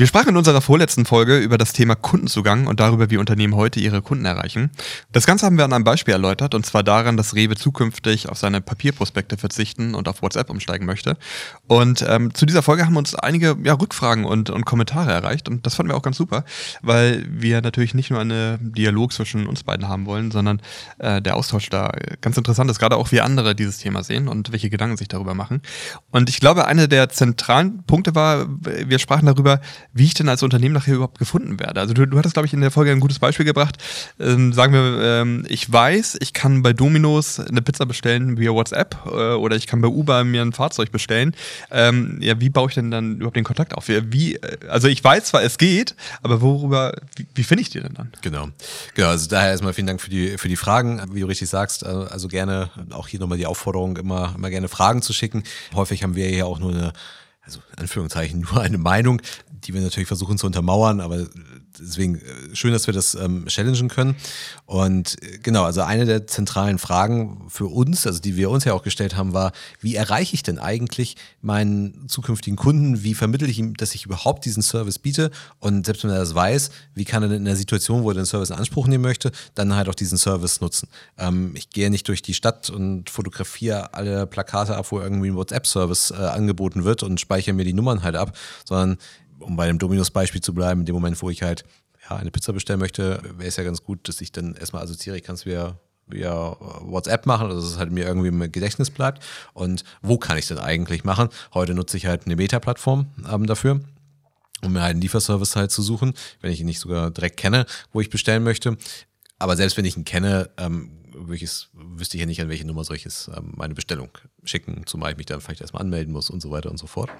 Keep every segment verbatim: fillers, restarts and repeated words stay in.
Wir sprachen in unserer vorletzten Folge über das Thema Kundenzugang und darüber, wie Unternehmen heute ihre Kunden erreichen. Das Ganze haben wir an einem Beispiel erläutert, und zwar daran, dass Rewe zukünftig auf seine Papierprospekte verzichten und auf WhatsApp umsteigen möchte. Und ähm, zu dieser Folge haben uns einige ja, Rückfragen und, und Kommentare erreicht, und das fanden wir auch ganz super, weil wir natürlich nicht nur einen Dialog zwischen uns beiden haben wollen, sondern äh, der Austausch da ganz interessant ist, gerade auch wie andere dieses Thema sehen und welche Gedanken sich darüber machen. Und ich glaube, einer der zentralen Punkte war, wir sprachen darüber, wie ich denn als Unternehmen nachher überhaupt gefunden werde. Also du, du hattest, glaube ich, in der Folge ein gutes Beispiel gebracht. Ähm, sagen wir, ähm, ich weiß, ich kann bei Domino's eine Pizza bestellen via WhatsApp äh, oder ich kann bei Uber mir ein Fahrzeug bestellen. Ähm, ja, wie baue ich denn dann überhaupt den Kontakt auf? Wie, also ich weiß zwar, es geht, aber worüber, wie, wie finde ich die denn dann? Genau. Genau, also daher erstmal vielen Dank für die, für die Fragen. Wie du richtig sagst, also gerne, auch hier nochmal die Aufforderung, immer, immer gerne Fragen zu schicken. Häufig haben wir hier auch nur eine, also in Anführungszeichen nur eine Meinung, die wir natürlich versuchen zu untermauern, aber deswegen schön, dass wir das ähm, challengen können. Und genau, also eine der zentralen Fragen für uns, also die wir uns ja auch gestellt haben, war, wie erreiche ich denn eigentlich meinen zukünftigen Kunden? Wie vermittle ich ihm, dass ich überhaupt diesen Service biete? Und selbst wenn er das weiß, wie kann er denn in der Situation, wo er den Service in Anspruch nehmen möchte, dann halt auch diesen Service nutzen? Ähm, ich gehe nicht durch die Stadt und fotografiere alle Plakate ab, wo irgendwie ein WhatsApp-Service äh, angeboten wird und speichere mir die Nummern halt ab, sondern um bei dem Domino's-Beispiel zu bleiben, in dem Moment, wo ich halt ja, eine Pizza bestellen möchte, wäre es ja ganz gut, dass ich dann erstmal assoziiere, ich kann es via, via WhatsApp machen, also dass es halt mir irgendwie im Gedächtnis bleibt. Und wo kann ich es denn eigentlich machen? Heute nutze ich halt eine Meta-Plattform ähm, dafür, um mir halt einen Lieferservice halt zu suchen, wenn ich ihn nicht sogar direkt kenne, wo ich bestellen möchte. Aber selbst wenn ich ihn kenne, ähm, welches, wüsste ich ja nicht, an welche Nummer soll ich es ähm, meine Bestellung schicken, zumal ich mich dann vielleicht erstmal anmelden muss und so weiter und so fort.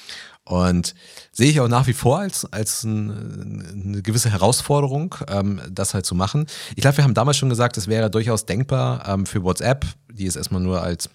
Und sehe ich auch nach wie vor als, als ein, eine gewisse Herausforderung, ähm, das halt zu machen. Ich glaube, wir haben damals schon gesagt, es wäre durchaus denkbar ähm, für WhatsApp, die es erstmal nur als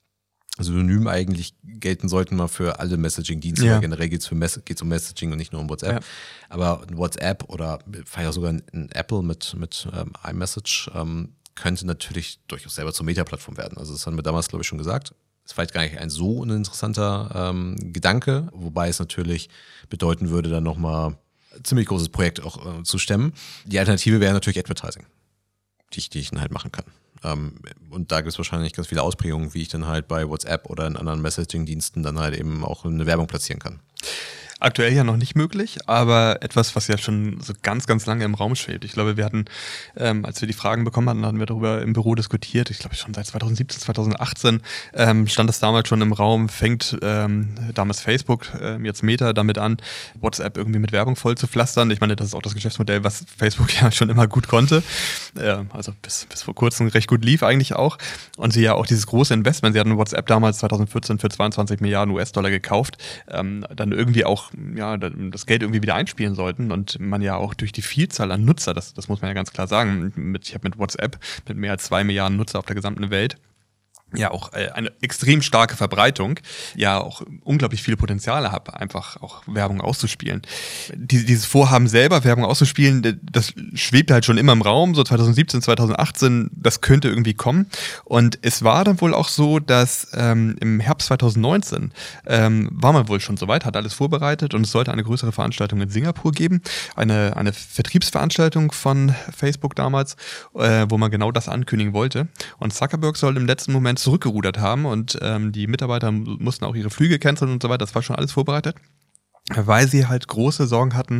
Synonym eigentlich gelten sollten, mal für alle Messaging-Dienste, ja. Weil generell geht es Mess- um Messaging und nicht nur um WhatsApp. Ja. Aber ein WhatsApp oder vielleicht auch sogar ein, ein Apple mit, mit ähm, iMessage ähm, könnte natürlich durchaus selber zur Meta-Plattform werden. Also das haben wir damals, glaube ich, schon gesagt. Das ist vielleicht gar nicht ein so uninteressanter ähm, Gedanke, wobei es natürlich bedeuten würde, dann nochmal ein ziemlich großes Projekt auch äh, zu stemmen. Die Alternative wäre natürlich Advertising, die ich, die ich dann halt machen kann. Ähm, und da gibt es wahrscheinlich ganz viele Ausprägungen, wie ich dann halt bei WhatsApp oder in anderen Messaging-Diensten dann halt eben auch eine Werbung platzieren kann. Aktuell ja noch nicht möglich, aber etwas, was ja schon so ganz, ganz lange im Raum schwebt. Ich glaube, wir hatten, ähm, als wir die Fragen bekommen hatten, hatten wir darüber im Büro diskutiert. Ich glaube, schon seit zwanzig siebzehn, zwanzig achtzehn ähm, stand es damals schon im Raum, fängt ähm, damals Facebook, ähm, jetzt Meta, damit an, WhatsApp irgendwie mit Werbung voll zu pflastern. Ich meine, das ist auch das Geschäftsmodell, was Facebook ja schon immer gut konnte. Ähm, also bis, bis vor kurzem recht gut lief eigentlich auch. Und sie ja auch dieses große Investment, sie hatten WhatsApp damals zwanzig vierzehn für zweiundzwanzig Milliarden U S-Dollar gekauft, ähm, dann irgendwie auch ja, das Geld irgendwie wieder einspielen sollten und man ja auch durch die Vielzahl an Nutzer, das, das muss man ja ganz klar sagen, mit, ich habe mit WhatsApp mit mehr als zwei Milliarden Nutzer auf der gesamten Welt ja auch äh, eine extrem starke Verbreitung, ja auch unglaublich viele Potenziale habe, einfach auch Werbung auszuspielen. Die, dieses Vorhaben selber, Werbung auszuspielen, das schwebt halt schon immer im Raum, so zwanzig siebzehn, zwanzig achtzehn, das könnte irgendwie kommen. Und es war dann wohl auch so, dass ähm, im Herbst zwanzig neunzehn ähm, war man wohl schon soweit, hat alles vorbereitet und es sollte eine größere Veranstaltung in Singapur geben, eine, eine Vertriebsveranstaltung von Facebook damals, äh, wo man genau das ankündigen wollte. Und Zuckerberg soll im letzten Moment zurückgerudert haben und ähm, die Mitarbeiter mussten auch ihre Flüge canceln und so weiter. Das war schon alles vorbereitet, weil sie halt große Sorgen hatten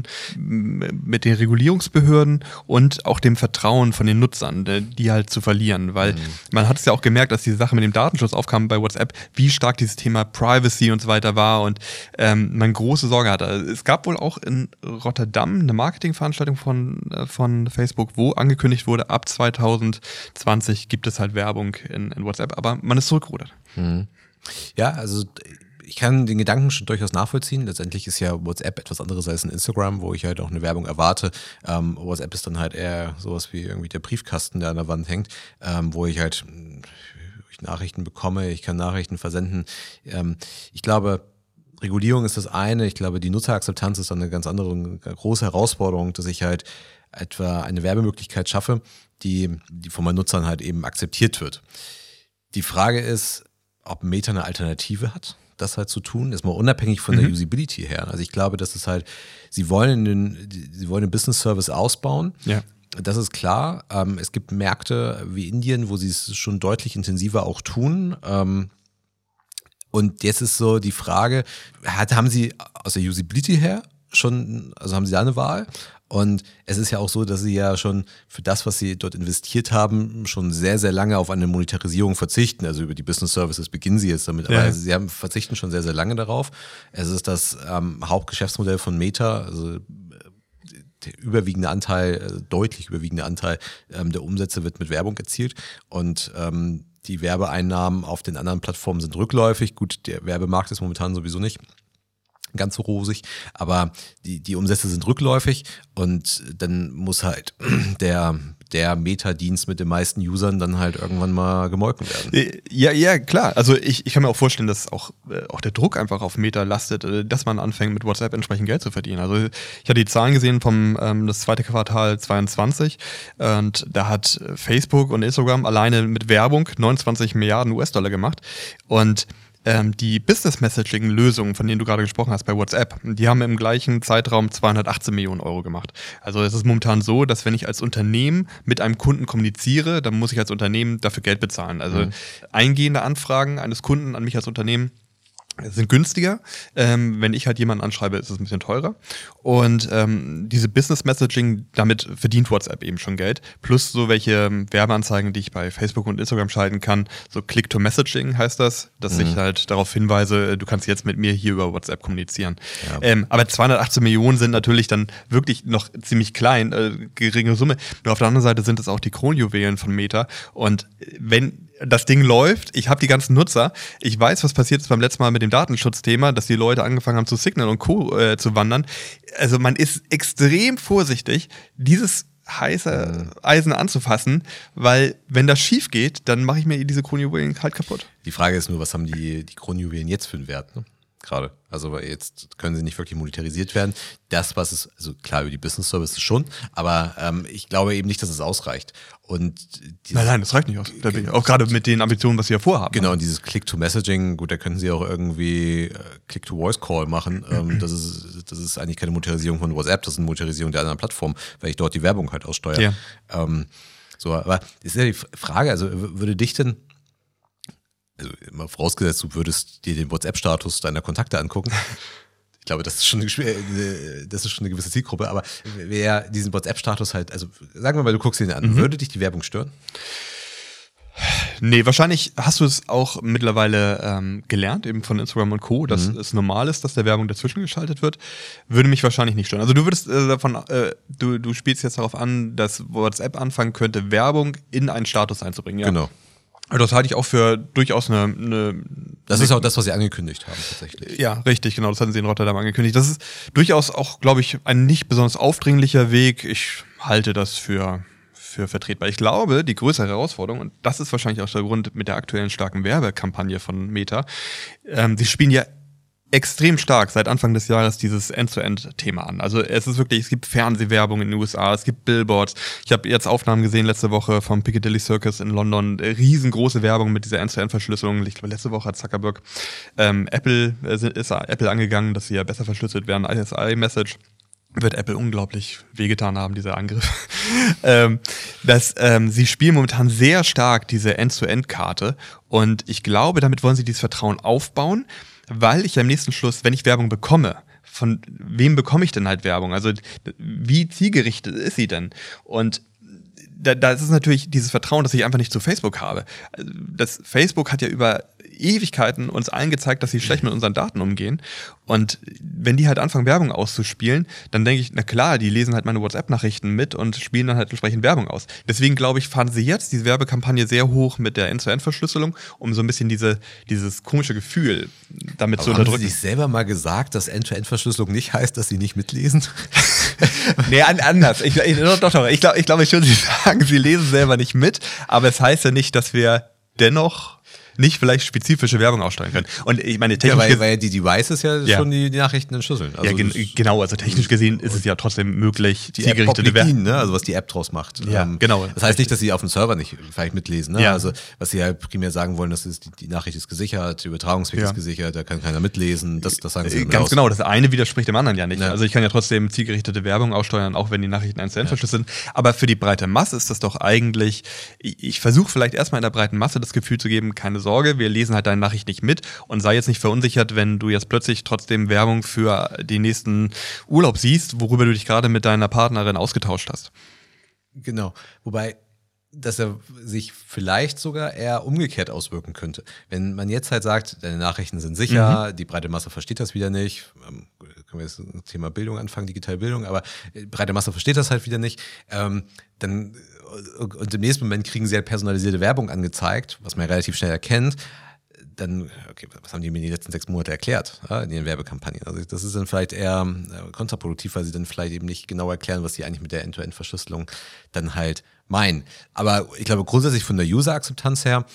mit den Regulierungsbehörden und auch dem Vertrauen von den Nutzern, die halt zu verlieren, weil mhm. man hat es ja auch gemerkt, dass diese Sache mit dem Datenschutz aufkam bei WhatsApp, wie stark dieses Thema Privacy und so weiter war und ähm, man große Sorge hatte. Es gab wohl auch in Rotterdam eine Marketingveranstaltung von, von Facebook, wo angekündigt wurde, ab zwanzig zwanzig gibt es halt Werbung in, in WhatsApp, aber man ist zurückgerudert. Mhm. Ja, also ich kann den Gedanken schon durchaus nachvollziehen. Letztendlich ist ja WhatsApp etwas anderes als ein Instagram, wo ich halt auch eine Werbung erwarte. Ähm, WhatsApp ist dann halt eher sowas wie irgendwie der Briefkasten, der an der Wand hängt, ähm, wo ich halt wo ich Nachrichten bekomme, ich kann Nachrichten versenden. Ähm, ich glaube, Regulierung ist das eine. Ich glaube, die Nutzerakzeptanz ist dann eine ganz andere, eine große Herausforderung, dass ich halt etwa eine Werbemöglichkeit schaffe, die, die von meinen Nutzern halt eben akzeptiert wird. Die Frage ist, ob Meta eine Alternative hat. das halt zu tun, erstmal unabhängig von mhm. der Usability her. Also ich glaube, das ist halt, sie wollen den, sie wollen den Business Service ausbauen. Ja. Das ist klar. Ähm, es gibt Märkte wie Indien, wo sie es schon deutlich intensiver auch tun. Ähm, und jetzt ist so die Frage, hat, haben sie aus der Usability her schon, also haben sie da eine Wahl? Und es ist ja auch so, dass sie ja schon für das, was sie dort investiert haben, schon sehr, sehr lange auf eine Monetarisierung verzichten. Also über die Business Services beginnen sie jetzt damit. Aber ja. sie haben, verzichten schon sehr, sehr lange darauf. Es ist das ähm, Hauptgeschäftsmodell von Meta, also der überwiegende Anteil, deutlich überwiegende Anteil ähm, der Umsätze wird mit Werbung erzielt und ähm, die Werbeeinnahmen auf den anderen Plattformen sind rückläufig. Gut, der Werbemarkt ist momentan sowieso nicht ganz so rosig, aber die, die Umsätze sind rückläufig und dann muss halt der, der Meta-Dienst mit den meisten Usern dann halt irgendwann mal gemolken werden. Ja, ja, klar. Also ich, ich kann mir auch vorstellen, dass auch, äh, auch der Druck einfach auf Meta lastet, äh, dass man anfängt mit WhatsApp entsprechend Geld zu verdienen. Also ich hatte die Zahlen gesehen vom ähm, das zweite Quartal zweiundzwanzig und da hat Facebook und Instagram alleine mit Werbung neunundzwanzig Milliarden U S-Dollar gemacht und die Business-Messaging-Lösungen, von denen du gerade gesprochen hast bei WhatsApp, die haben im gleichen Zeitraum zweihundertachtzehn Millionen Euro gemacht. Also es ist momentan so, dass wenn ich als Unternehmen mit einem Kunden kommuniziere, dann muss ich als Unternehmen dafür Geld bezahlen. Also mhm. eingehende Anfragen eines Kunden an mich als Unternehmen sind günstiger. Ähm, wenn ich halt jemanden anschreibe, ist es ein bisschen teurer. Und ähm, diese Business-Messaging, damit verdient WhatsApp eben schon Geld. Plus so welche Werbeanzeigen, die ich bei Facebook und Instagram schalten kann. So Click-to-Messaging heißt das, dass mhm. ich halt darauf hinweise, du kannst jetzt mit mir hier über WhatsApp kommunizieren. Ja. Ähm, aber zweihundertachtzehn Millionen sind natürlich dann wirklich noch ziemlich klein, äh, geringe Summe. Nur auf der anderen Seite sind es auch die Kronjuwelen von Meta. Und wenn das Ding läuft, ich habe die ganzen Nutzer, ich weiß, was passiert ist beim letzten Mal mit dem Datenschutzthema, dass die Leute angefangen haben zu Signal und Co. Äh, zu wandern. Also man ist extrem vorsichtig, dieses heiße Eisen anzufassen, weil wenn das schief geht, dann mache ich mir diese Kronjuwelen halt kaputt. Die Frage ist nur, was haben die, die Kronjuwelen jetzt für einen Wert, ne? Gerade. Also jetzt können sie nicht wirklich monetarisiert werden. Das, was es, also klar, über die Business Services schon, aber ähm, ich glaube eben nicht, dass es ausreicht. Und nein, nein, das reicht nicht aus. Da bin ich auch gerade mit den Ambitionen, was sie ja vorhaben. Genau, und dieses Click-to-Messaging, gut, da können sie auch irgendwie äh, Click-to-Voice-Call machen. Ähm, das ist, das ist eigentlich keine Monetarisierung von WhatsApp, das ist eine Monetarisierung der anderen Plattform, weil ich dort die Werbung halt aussteuere. Ja. Ähm, so, aber ist ja die Frage, also würde dich denn also immer vorausgesetzt, du würdest dir den WhatsApp-Status deiner Kontakte angucken. Ich glaube, das ist schon eine, das ist schon eine gewisse Zielgruppe, aber wer diesen WhatsApp-Status halt, also sagen wir mal, du guckst ihn an, mhm. würde dich die Werbung stören? Nee, wahrscheinlich hast du es auch mittlerweile ähm, gelernt, eben von Instagram und Co., dass mhm. es normal ist, dass der Werbung dazwischen geschaltet wird. Würde mich wahrscheinlich nicht stören. Also du würdest äh, davon, äh, du, du spielst jetzt darauf an, dass WhatsApp anfangen könnte, Werbung in einen Status einzubringen. Ja? Genau. Das halte ich auch für durchaus eine... eine das ist auch das, was sie angekündigt haben, tatsächlich. Ja, richtig, genau. Das hatten sie in Rotterdam angekündigt. Das ist durchaus auch, glaube ich, ein nicht besonders aufdringlicher Weg. Ich halte das für, für vertretbar. Ich glaube, die größere Herausforderung, und das ist wahrscheinlich auch der Grund mit der aktuellen starken Werbekampagne von Meta, ähm, sie spielen ja extrem stark seit Anfang des Jahres dieses End-to-End-Thema an. Also es ist wirklich, es gibt Fernsehwerbung in den U S A, es gibt Billboards. Ich habe jetzt Aufnahmen gesehen letzte Woche vom Piccadilly Circus in London. Riesengroße Werbung mit dieser End-to-End-Verschlüsselung. Ich glaube, letzte Woche hat Zuckerberg ähm, Apple äh, ist Apple angegangen, dass sie ja besser verschlüsselt werden. I S I-Message wird Apple unglaublich wehgetan haben, dieser Angriff. ähm, dass ähm, sie spielen momentan sehr stark diese End-to-End-Karte und ich glaube, damit wollen sie dieses Vertrauen aufbauen, weil ich ja im nächsten Schluss, wenn ich Werbung bekomme, von wem bekomme ich denn halt Werbung? Also wie zielgerichtet ist sie denn? Und da, da ist es natürlich dieses Vertrauen, das ich einfach nicht zu Facebook habe. Das Facebook hat ja über Ewigkeiten uns allen gezeigt, dass sie schlecht mit unseren Daten umgehen. Und wenn die halt anfangen, Werbung auszuspielen, dann denke ich, na klar, die lesen halt meine WhatsApp-Nachrichten mit und spielen dann halt entsprechend Werbung aus. Deswegen glaube ich, fahren sie jetzt diese Werbekampagne sehr hoch mit der End-to-End-Verschlüsselung, um so ein bisschen diese, dieses komische Gefühl damit Aber zu unterdrücken. Haben Sie sich selber mal gesagt, dass End-to-End-Verschlüsselung nicht heißt, dass sie nicht mitlesen? Nee, anders. Ich, ich, doch, doch, ich glaube ich glaube schon, Sie sagen, Sie lesen selber nicht mit, aber es heißt ja nicht, dass wir dennoch nicht vielleicht spezifische Werbung aussteuern können. Und ich meine, technisch ja, weil, weil die Devices ja, ja. schon die, die Nachrichten entschlüsseln. Also ja, gen- genau, also technisch gesehen ist es ja trotzdem möglich, die zielgerichtete Werbung, ne? Also was die App draus macht. Ja, ähm, genau. Das heißt nicht, dass sie auf dem Server nicht vielleicht mitlesen. Ne? Ja. Also was sie halt primär sagen wollen, das ist, die, die Nachricht ist gesichert, die Übertragungsweg ja. ist gesichert, da kann keiner mitlesen. Das, das sagen sie Ganz aus. genau, das eine widerspricht dem anderen ja nicht. Ja. Also ich kann ja trotzdem zielgerichtete Werbung aussteuern, auch wenn die Nachrichten eins zu eins verschlüsselt sind. Aber für die breite Masse ist das doch eigentlich, ich, ich versuche vielleicht erstmal in der breiten Masse das Gefühl zu geben, keine Sorge, wir lesen halt deine Nachricht nicht mit und sei jetzt nicht verunsichert, wenn du jetzt plötzlich trotzdem Werbung für den nächsten Urlaub siehst, worüber du dich gerade mit deiner Partnerin ausgetauscht hast. Genau, wobei dass er sich vielleicht sogar eher umgekehrt auswirken könnte. Wenn man jetzt halt sagt, deine Nachrichten sind sicher, mhm. die breite Masse versteht das wieder nicht, ähm, können wir jetzt das Thema Bildung anfangen, digitale Bildung, aber die breite Masse versteht das halt wieder nicht, ähm, dann und im nächsten Moment kriegen sie halt personalisierte Werbung angezeigt, was man ja relativ schnell erkennt. Dann, okay, was haben die mir in den letzten sechs Monate erklärt ja, in ihren Werbekampagnen? Also das ist dann vielleicht eher äh, kontraproduktiv, weil sie dann vielleicht eben nicht genau erklären, was sie eigentlich mit der End-to-End-Verschlüsselung dann halt meinen. Aber ich glaube grundsätzlich von der User-Akzeptanz her,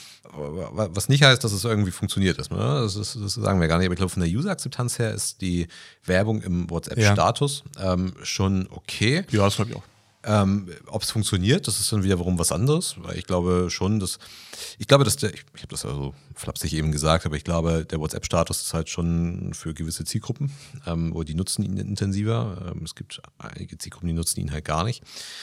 was nicht heißt, dass es irgendwie funktioniert ist, ne? das, ist das sagen wir gar nicht, aber ich glaube von der User-Akzeptanz her ist die Werbung im WhatsApp-Status ja. ähm, schon okay. Ja, das glaube ich auch. Ähm, ob es funktioniert, das ist dann wiederum was anderes, weil ich glaube schon, dass ich glaube, dass der, ich, ich habe das ja so flapsig eben gesagt, aber ich glaube, der WhatsApp-Status ist halt schon für gewisse Zielgruppen, ähm, wo die nutzen ihn intensiver. Ähm, es gibt einige Zielgruppen, die nutzen ihn halt gar nicht.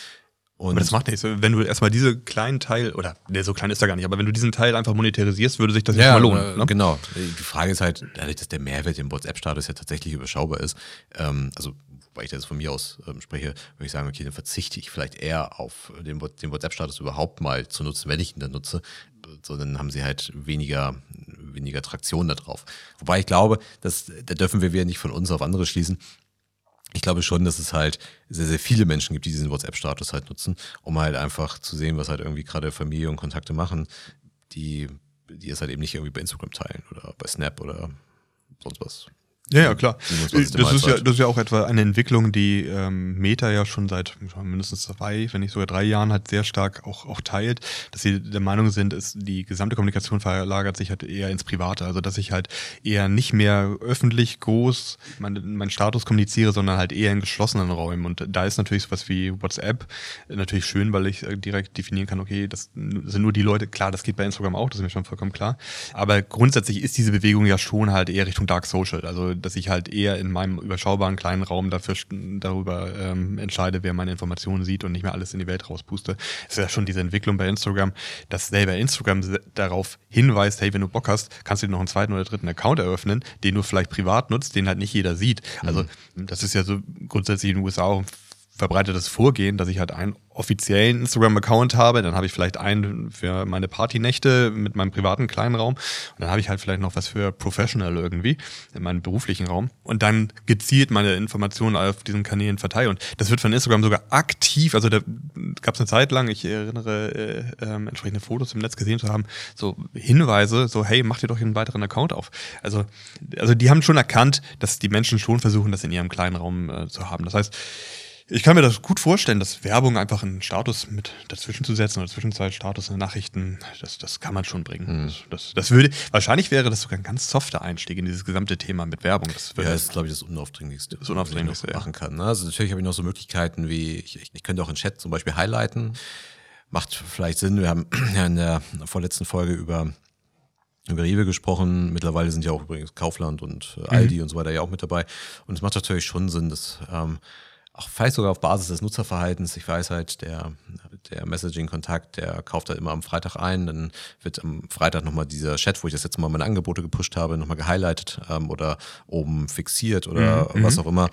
Und aber das macht nichts. Wenn du erstmal diese kleinen Teil, oder ne, so klein ist er gar nicht, aber wenn du diesen Teil einfach monetarisierst, würde sich das ja, nicht mal lohnen. Äh, ne? Genau. Die Frage ist halt, dadurch, dass der Mehrwert im WhatsApp-Status ja tatsächlich überschaubar ist, ähm, also weil ich das von mir aus ähm, spreche, würde ich sagen, okay, dann verzichte ich vielleicht eher auf den, den WhatsApp-Status überhaupt mal zu nutzen, wenn ich ihn dann nutze, sondern haben sie halt weniger, weniger Traktion da drauf. Wobei ich glaube, dass, da dürfen wir wieder nicht von uns auf andere schließen. Ich glaube schon, dass es halt sehr, sehr viele Menschen gibt, die diesen WhatsApp-Status halt nutzen, um halt einfach zu sehen, was halt irgendwie gerade Familie und Kontakte machen, die, die es halt eben nicht irgendwie bei Instagram teilen oder bei Snap oder sonst was. Ja, ja, klar. Das ist ja, das ist ja auch etwa eine Entwicklung, die ähm, Meta ja schon seit mindestens zwei, wenn nicht sogar drei Jahren halt sehr stark auch, auch teilt, dass sie der Meinung sind, ist, die gesamte Kommunikation verlagert sich halt eher ins Private. Also dass ich halt eher nicht mehr öffentlich groß meinen mein Status kommuniziere, sondern halt eher in geschlossenen Räumen. Und da ist natürlich sowas wie WhatsApp natürlich schön, weil ich direkt definieren kann, okay, das sind nur die Leute, klar, das geht bei Instagram auch, das ist mir schon vollkommen klar. Aber grundsätzlich ist diese Bewegung ja schon halt eher Richtung Dark Social. Also dass ich halt eher in meinem überschaubaren kleinen Raum dafür, darüber ähm, entscheide, wer meine Informationen sieht und nicht mehr alles in die Welt rauspuste. Es ist ja schon diese Entwicklung bei Instagram, dass selber Instagram darauf hinweist, hey, wenn du Bock hast, kannst du dir noch einen zweiten oder dritten Account eröffnen, den du vielleicht privat nutzt, den halt nicht jeder sieht. Also mhm. das ist ja so grundsätzlich in den U S A auch ein verbreitetes Vorgehen, dass ich halt einen offiziellen Instagram-Account habe, dann habe ich vielleicht einen für meine Partynächte mit meinem privaten kleinen Raum und dann habe ich halt vielleicht noch was für Professional irgendwie in meinem beruflichen Raum und dann gezielt meine Informationen auf diesen Kanälen verteile und das wird von Instagram sogar aktiv, also da gab es eine Zeit lang, ich erinnere äh, äh, entsprechende Fotos im Netz gesehen zu haben, so Hinweise, so hey, mach dir doch einen weiteren Account auf. Also, also die haben schon erkannt, dass die Menschen schon versuchen, das in ihrem kleinen Raum äh, zu haben. Das heißt, ich kann mir das gut vorstellen, dass Werbung einfach einen Status mit dazwischen zu setzen oder Zwischenzeitstatus in Nachrichten, das, das kann man schon bringen. Mhm. Das, das, das würde, wahrscheinlich wäre das sogar ein ganz softer Einstieg in dieses gesamte Thema mit Werbung. Das würde, ja, das ist, glaube ich, das Unaufdringlichste, das Unaufdringlichste, was ich machen kann. Also natürlich habe ich noch so Möglichkeiten wie, ich, ich könnte auch in Chat zum Beispiel highlighten. Macht vielleicht Sinn. Wir haben ja in der vorletzten Folge über über Rewe gesprochen. Mittlerweile sind ja auch übrigens Kaufland und Aldi mhm. und so weiter ja auch mit dabei. Und es macht natürlich schon Sinn, dass ähm, auch vielleicht sogar auf Basis des Nutzerverhaltens, ich weiß halt, der, der Messaging-Kontakt, der kauft halt immer am Freitag ein, dann wird am Freitag nochmal dieser Chat, wo ich das jetzt mal meine Angebote gepusht habe, nochmal gehighlightet ähm, oder oben fixiert oder mhm. was auch immer.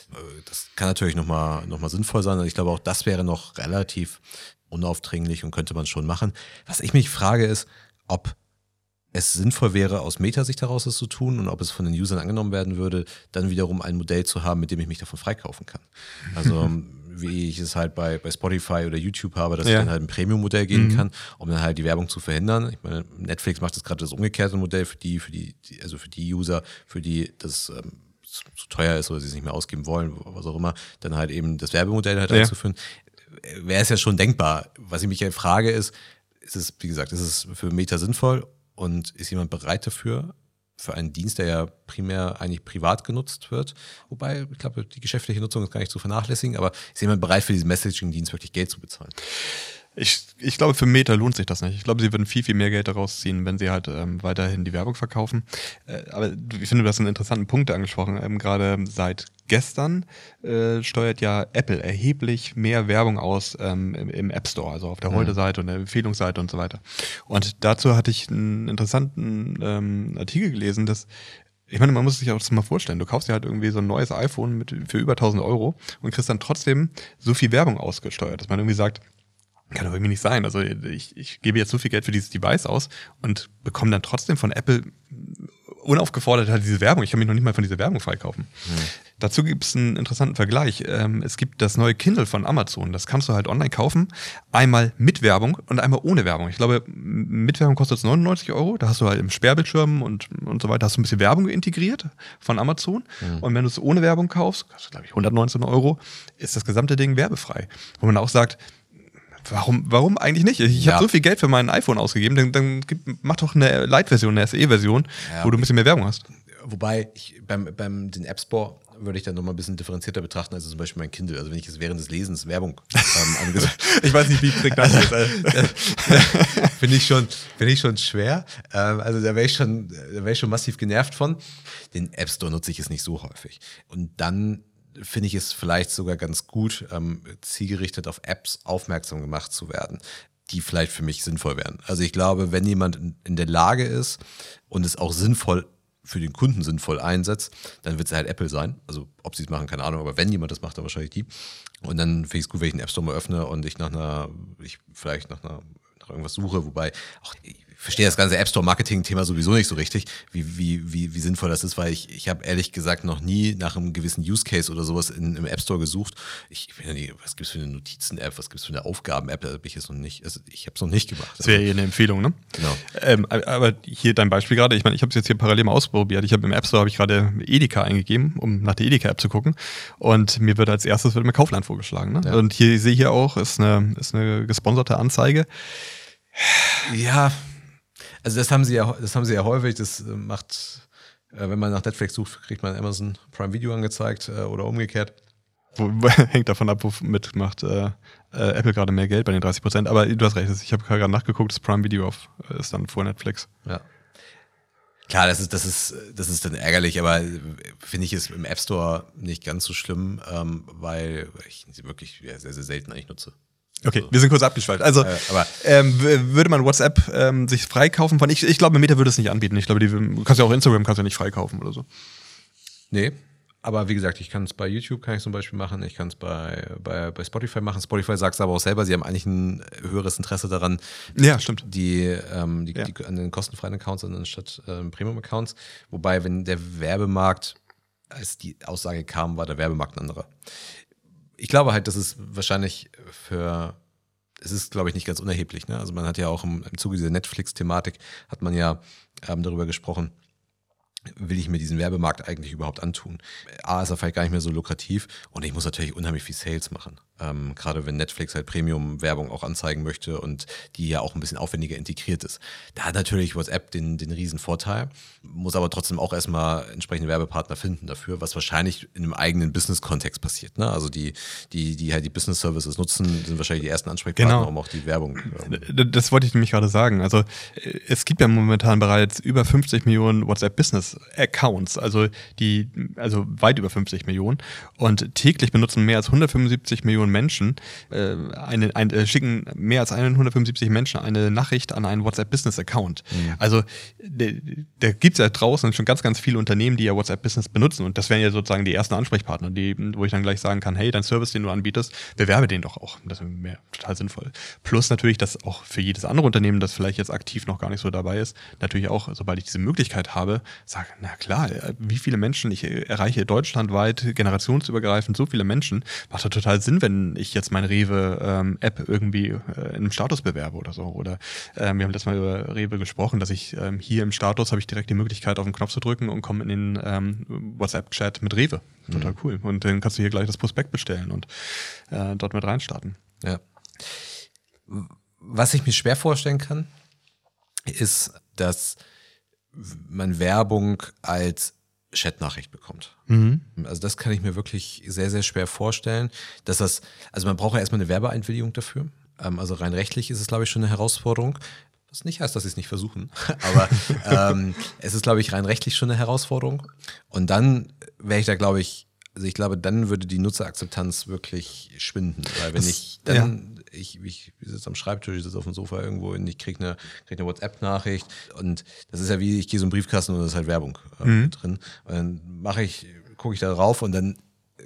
Das kann natürlich nochmal noch mal sinnvoll sein. Also ich glaube, auch das wäre noch relativ unaufdringlich und könnte man schon machen. Was ich mich frage ist, ob es sinnvoll wäre, aus Meta-Sicht heraus das zu tun und ob es von den Usern angenommen werden würde, dann wiederum ein Modell zu haben, mit dem ich mich davon freikaufen kann. Also wie ich es halt bei, bei Spotify oder YouTube habe, dass ja. ich dann halt ein Premium-Modell gehen mhm. kann, um dann halt die Werbung zu verhindern. Ich meine, Netflix macht das gerade das umgekehrte Modell für die, für die, also für die User, für die das ähm, zu teuer ist oder sie es nicht mehr ausgeben wollen, was auch immer, dann halt eben das Werbemodell halt ja. einzuführen. Wäre es ja schon denkbar. Was ich mich ja frage ist, ist es, wie gesagt, ist es für Meta sinnvoll? und ist jemand bereit dafür, für einen Dienst, der ja primär eigentlich privat genutzt wird, wobei, ich glaube, die geschäftliche Nutzung ist gar nicht zu vernachlässigen, aber ist jemand bereit, für diesen Messaging-Dienst wirklich Geld zu bezahlen? Ich, ich glaube, für Meta lohnt sich das nicht. Ich glaube, sie würden viel, viel mehr Geld daraus ziehen, wenn sie halt ähm, weiterhin die Werbung verkaufen. Äh, aber ich finde, du hast einen interessanten Punkt angesprochen. Ähm, gerade seit gestern äh, steuert ja Apple erheblich mehr Werbung aus ähm, im, im App Store, also auf der Mhm. Heute-Seite und der Empfehlungsseite und so weiter. Und dazu hatte ich einen interessanten ähm, Artikel gelesen, dass ich meine, man muss sich auch das mal vorstellen. Du kaufst dir halt irgendwie so ein neues iPhone mit, für über tausend Euro und kriegst dann trotzdem so viel Werbung ausgesteuert, dass man irgendwie sagt, kann doch irgendwie nicht sein. Also ich, ich gebe jetzt so viel Geld für dieses Device aus und bekomme dann trotzdem von Apple unaufgefordert halt diese Werbung. Ich kann mich noch nicht mal von dieser Werbung freikaufen. Hm. Dazu gibt es einen interessanten Vergleich. Ähm, es gibt das neue Kindle von Amazon. Das kannst du halt online kaufen. Einmal mit Werbung und einmal ohne Werbung. Ich glaube, mit Werbung kostet es neunundneunzig Euro. Da hast du halt im Sperrbildschirm und, und so weiter hast du ein bisschen Werbung integriert von Amazon. Hm. Und wenn du es ohne Werbung kaufst, kostet glaube ich hundertneunzehn Euro, ist das gesamte Ding werbefrei. Wo man auch sagt, Warum, warum eigentlich nicht? Ich ja. habe so viel Geld für mein iPhone ausgegeben, dann, dann gib, mach doch eine Lite-Version, eine S E-Version, ja, wo du ein bisschen mehr Werbung hast. Wobei, ich, beim, beim den App Store würde ich dann nochmal ein bisschen differenzierter betrachten, als zum Beispiel mein Kindle. Also wenn ich es während des Lesens Werbung ähm, angesagt ich weiß nicht, wie prägnant das ist. Finde ich schon, finde ich schon schwer. Ähm, also da wäre ich schon, da wäre ich schon massiv genervt von. Den App Store nutze ich es nicht so häufig. Und dann finde ich es vielleicht sogar ganz gut, ähm, zielgerichtet auf Apps aufmerksam gemacht zu werden, die vielleicht für mich sinnvoll wären. Also ich glaube, wenn jemand in, in der Lage ist und es auch sinnvoll für den Kunden sinnvoll einsetzt, dann wird es halt Apple sein. Also ob sie es machen, keine Ahnung, aber wenn jemand das macht, dann wahrscheinlich die. Und dann finde ich es gut, wenn ich einen App Store mal öffne und ich nach einer, ich vielleicht nach einer nach irgendwas suche, wobei auch ich verstehe das ganze App Store Marketing-Thema sowieso nicht so richtig, wie, wie, wie, wie sinnvoll das ist, weil ich, ich habe ehrlich gesagt noch nie nach einem gewissen Use Case oder sowas in, im App Store gesucht. Ich, ich bin ja nie, was gibt es für eine Notizen-App, was gibt es für eine Aufgaben-App, da habe ich es noch nicht, also ich habe es noch nicht gemacht. Das wäre hier eine Empfehlung, ne? Genau. Ähm, aber hier dein Beispiel gerade, ich meine, ich habe es jetzt hier parallel mal ausprobiert. Ich habe im App Store habe ich gerade Edeka eingegeben, um nach der Edeka-App zu gucken, und mir wird als erstes wird mir Kaufland vorgeschlagen, ne? Ja. Und hier ich sehe hier auch ist eine ist eine gesponserte Anzeige. Ja. Also das haben sie ja, das haben sie ja häufig, das macht, äh, wenn man nach Netflix sucht, kriegt man Amazon Prime Video angezeigt äh, oder umgekehrt. Wo, hängt davon ab, womit macht äh, äh, Apple gerade mehr Geld bei den dreißig Prozent. Aber du hast recht, ich habe gerade nachgeguckt, das Prime Video auf, ist dann vor Netflix. Ja. Klar, das ist, das ist, das ist dann ärgerlich, aber finde ich es im App Store nicht ganz so schlimm, ähm, weil ich sie wirklich sehr, sehr selten eigentlich nutze. Okay, also, wir sind kurz abgeschweift. Also, äh, aber ähm, würde man WhatsApp ähm, sich freikaufen von? Ich, ich glaube, Meta würde es nicht anbieten. Ich glaube, die, du kannst ja auch Instagram kannst ja nicht freikaufen oder so. Nee, aber wie gesagt, ich kann es bei YouTube kann ich zum Beispiel machen, ich kann es bei, bei, bei Spotify machen. Spotify sagt es aber auch selber, sie haben eigentlich ein höheres Interesse daran, ja, stimmt. die, ähm, die, ja. die an den kostenfreien Accounts anstatt ähm, Premium-Accounts. Wobei, wenn der Werbemarkt, als die Aussage kam, war der Werbemarkt ein anderer. Ich glaube halt, dass es wahrscheinlich für, es ist, glaube ich, nicht ganz unerheblich. Ne? Also man hat ja auch im, im Zuge dieser Netflix-Thematik, hat man ja ähm, darüber gesprochen, will ich mir diesen Werbemarkt eigentlich überhaupt antun? A, ist er vielleicht gar nicht mehr so lukrativ und ich muss natürlich unheimlich viel Sales machen. Ähm, gerade wenn Netflix halt Premium-Werbung auch anzeigen möchte und die ja auch ein bisschen aufwendiger integriert ist. Da hat natürlich WhatsApp den, den riesen Vorteil, muss aber trotzdem auch erstmal entsprechende Werbepartner finden dafür, was wahrscheinlich in einem eigenen Business-Kontext passiert. Ne? Also die, die, die halt die Business-Services nutzen, sind wahrscheinlich die ersten Ansprechpartner, genau, um auch die Werbung. Ähm das wollte ich nämlich gerade sagen. Also es gibt ja momentan bereits über fünfzig Millionen WhatsApp-Business Accounts, also die, also weit über fünfzig Millionen, und täglich benutzen mehr als hundertfünfundsiebzig Millionen Menschen äh, eine, ein, äh, schicken mehr als hundertfünfundsiebzig Menschen eine Nachricht an einen WhatsApp Business Account. Mhm. Also da gibt es ja draußen schon ganz, ganz viele Unternehmen, die ja WhatsApp Business benutzen, und das wären ja sozusagen die ersten Ansprechpartner, die, wo ich dann gleich sagen kann, hey, dein Service, den du anbietest, bewerbe den doch auch. Das wäre total sinnvoll. Plus natürlich, dass auch für jedes andere Unternehmen, das vielleicht jetzt aktiv noch gar nicht so dabei ist, natürlich auch, sobald ich diese Möglichkeit habe, sage, na klar, wie viele Menschen, ich erreiche deutschlandweit, generationsübergreifend so viele Menschen, macht doch total Sinn, wenn ich jetzt meine Rewe-App ähm, irgendwie äh, in einem Status bewerbe oder so. Oder ähm, wir haben letztes Mal über Rewe gesprochen, dass ich ähm, hier im Status habe ich direkt die Möglichkeit, auf den Knopf zu drücken und komme in den ähm, WhatsApp-Chat mit Rewe. Total mhm. cool. Und dann kannst du hier gleich das Prospekt bestellen und äh, dort mit reinstarten. Ja. Was ich mir schwer vorstellen kann, ist, dass man Werbung als Chatnachricht bekommt. Mhm. Also das kann ich mir wirklich sehr, sehr schwer vorstellen, dass das, also man braucht ja erstmal eine Werbeeinwilligung dafür. Also rein rechtlich ist es, glaube ich, schon eine Herausforderung. Was nicht heißt, dass sie es nicht versuchen, aber ähm, es ist, glaube ich, rein rechtlich schon eine Herausforderung. Und dann wäre ich da, glaube ich, also ich glaube, dann würde die Nutzerakzeptanz wirklich schwinden. Weil wenn das, ich dann, ja. ich, ich sitze am Schreibtisch, ich sitze auf dem Sofa irgendwo und ich kriege eine, krieg eine WhatsApp-Nachricht und das ist ja wie, ich gehe so in den Briefkasten und da ist halt Werbung äh, mhm. drin. Und dann mache ich, gucke ich da drauf und dann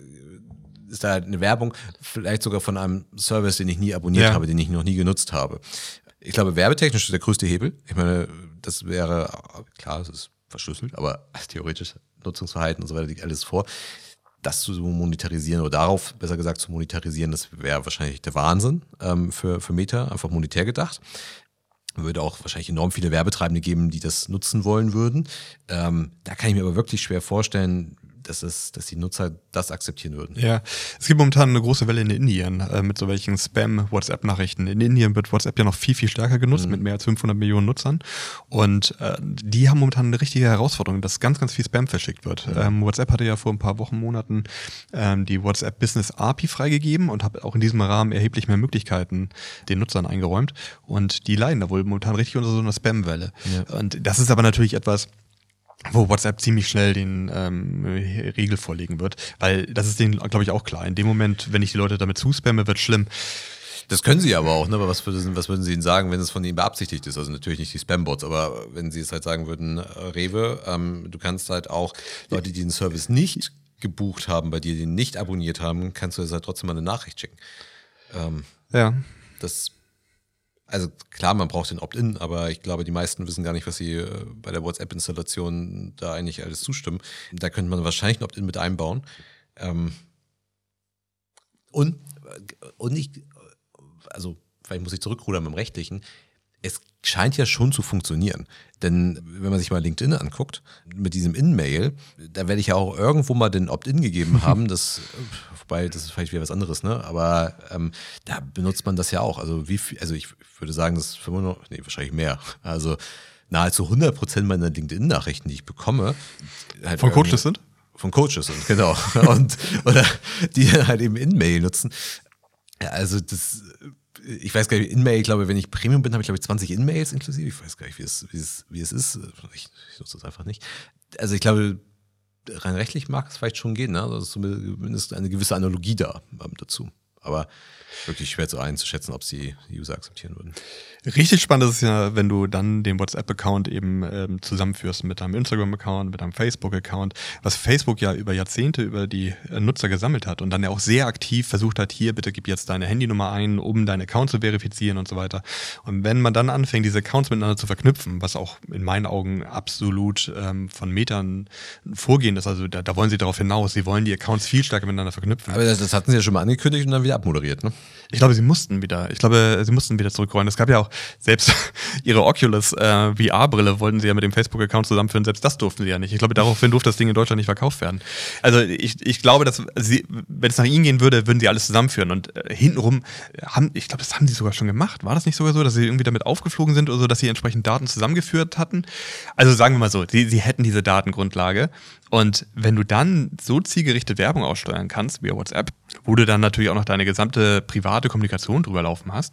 ist da halt eine Werbung, vielleicht sogar von einem Service, den ich nie abonniert ja. habe, den ich noch nie genutzt habe. Ich glaube, werbetechnisch ist der größte Hebel. Ich meine, das wäre, klar, es ist verschlüsselt, aber theoretisch Nutzungsverhalten und so weiter liegt alles vor. Das zu monetarisieren oder darauf, besser gesagt, zu monetarisieren, das wäre wahrscheinlich der Wahnsinn ähm, für, für Meta, einfach monetär gedacht. Würde auch wahrscheinlich enorm viele Werbetreibende geben, die das nutzen wollen würden. Ähm, da kann ich mir aber wirklich schwer vorstellen, dass, es, dass die Nutzer das akzeptieren würden. Ja, es gibt momentan eine große Welle in Indien äh, mit so welchen Spam-WhatsApp-Nachrichten. In Indien wird WhatsApp ja noch viel, viel stärker genutzt, mhm. mit mehr als fünfhundert Millionen Nutzern. Und äh, die haben momentan eine richtige Herausforderung, dass ganz, ganz viel Spam verschickt wird. Mhm. Ähm, WhatsApp hatte ja vor ein paar Wochen, Monaten ähm, die WhatsApp Business A P I freigegeben und hat auch in diesem Rahmen erheblich mehr Möglichkeiten den Nutzern eingeräumt. Und die leiden da wohl momentan richtig unter so einer Spam-Welle. Ja. Und das ist aber natürlich etwas, wo WhatsApp ziemlich schnell den ähm, Riegel vorlegen wird, weil das ist denen, glaube ich, auch klar. In dem Moment, wenn ich die Leute damit zuspamme, wird schlimm. Das können sie aber auch, ne? Aber was würden, was würden sie ihnen sagen, wenn es von ihnen beabsichtigt ist? Also natürlich nicht die Spam-Bots, aber wenn sie es halt sagen würden, äh, Rewe, ähm, du kannst halt auch Leute, die den Service nicht gebucht haben, bei dir den nicht abonniert haben, kannst du jetzt halt trotzdem mal eine Nachricht schicken. Ähm, ja. Das Also klar, man braucht den Opt-in, aber ich glaube, die meisten wissen gar nicht, was sie äh, bei der WhatsApp-Installation da eigentlich alles zustimmen. Da könnte man wahrscheinlich ein Opt-in mit einbauen. Ähm und, und ich, also vielleicht muss ich zurückrudern beim Rechtlichen, es scheint ja schon zu funktionieren. Denn wenn man sich mal LinkedIn anguckt, mit diesem In-Mail, da werde ich ja auch irgendwo mal den Opt-in gegeben haben. Das, wobei, das ist vielleicht wieder was anderes, ne? Aber ähm, da benutzt man das ja auch. Also wie viel, also ich würde sagen, das ist fünfundneunzig, nee, wahrscheinlich mehr. Also nahezu hundert Prozent meiner LinkedIn-Nachrichten, die ich bekomme, halt von Coaches sind? Von Coaches sind, genau. Und oder die halt eben In-Mail nutzen. Also das. Ich weiß gar nicht, In-Mail, ich glaube, wenn ich Premium bin, habe ich, glaube ich, zwanzig In-Mails inklusive. Ich weiß gar nicht, wie es, wie es, wie es ist. Ich, ich nutze das einfach nicht. Also ich glaube, rein rechtlich mag es vielleicht schon gehen. Ne? Also ist zumindest eine gewisse Analogie da ähm, dazu. Aber wirklich schwer zu einzuschätzen, ob sie die User akzeptieren würden. Richtig spannend ist es ja, wenn du dann den WhatsApp-Account eben ähm, zusammenführst mit deinem Instagram-Account, mit deinem Facebook-Account, was Facebook ja über Jahrzehnte über die äh, Nutzer gesammelt hat und dann ja auch sehr aktiv versucht hat, hier, bitte gib jetzt deine Handynummer ein, um deinen Account zu verifizieren und so weiter. Und wenn man dann anfängt, diese Accounts miteinander zu verknüpfen, was auch in meinen Augen absolut ähm, von Metern vorgehen ist, also da, da wollen sie darauf hinaus, sie wollen die Accounts viel stärker miteinander verknüpfen. Aber das, das hatten sie ja schon mal angekündigt und dann wieder abmoderiert, ne? Ich glaube, sie mussten wieder. Ich glaube, sie mussten wieder zurückrollen. Es gab ja auch selbst ihre Oculus äh, V R-Brille wollten sie ja mit dem Facebook-Account zusammenführen. Selbst das durften sie ja nicht. Ich glaube, daraufhin durfte das Ding in Deutschland nicht verkauft werden. Also ich, ich glaube, dass sie, wenn es nach ihnen gehen würde, würden sie alles zusammenführen. Und äh, hintenrum haben, ich glaube, das haben sie sogar schon gemacht. War das nicht sogar so, dass sie irgendwie damit aufgeflogen sind oder so, dass sie entsprechend Daten zusammengeführt hatten? Also sagen wir mal so, sie, sie hätten diese Datengrundlage. Und wenn du dann so zielgerichtet Werbung aussteuern kannst, wie WhatsApp, wo du dann natürlich auch noch deine gesamte private Kommunikation drüber laufen hast,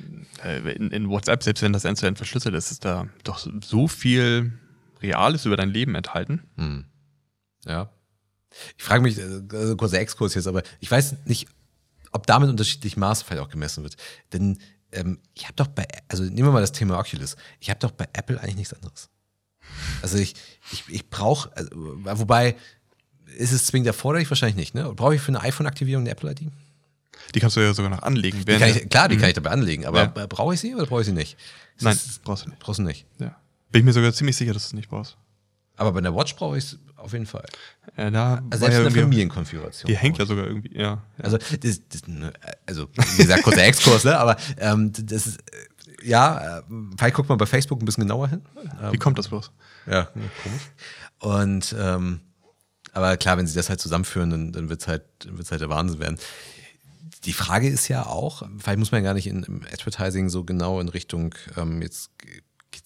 in, in WhatsApp, selbst wenn das End-to-End verschlüsselt ist, ist da doch so viel Reales über dein Leben enthalten. Hm. Ja. Ich frage mich, also kurzer Exkurs jetzt, aber ich weiß nicht, ob damit unterschiedlich Maß vielleicht auch gemessen wird. Denn ähm, ich habe doch bei, also nehmen wir mal das Thema Oculus, ich habe doch bei Apple eigentlich nichts anderes. Also ich, ich, ich brauche, also, wobei, ist es zwingend erforderlich? Wahrscheinlich nicht, ne? Brauche ich für eine iPhone-Aktivierung eine Apple-I D? Die kannst du ja sogar noch anlegen. Die kann ich, klar, die mhm. kann ich dabei anlegen, aber ja. brauche ich sie oder brauche ich sie nicht? Ist Nein, das, brauchst du nicht. Brauchst du nicht? Ja. Bin ich mir sogar ziemlich sicher, dass du es nicht brauchst. Aber bei der Watch brauche ich es auf jeden Fall. Ja, da also selbst ja in der Familienkonfiguration. Die hängt ja sogar irgendwie, ja. ja. Also, das, das, also, wie gesagt, kurzer Exkurs, ne? Aber ähm, das ist, ja, vielleicht guckt man bei Facebook ein bisschen genauer hin. Wie kommt das bloß? Ja, komisch. Und ähm, aber klar, wenn sie das halt zusammenführen, dann, dann wird es halt, wird's halt der Wahnsinn werden. Die Frage ist ja auch, vielleicht muss man gar nicht in, im Advertising so genau in Richtung ähm, jetzt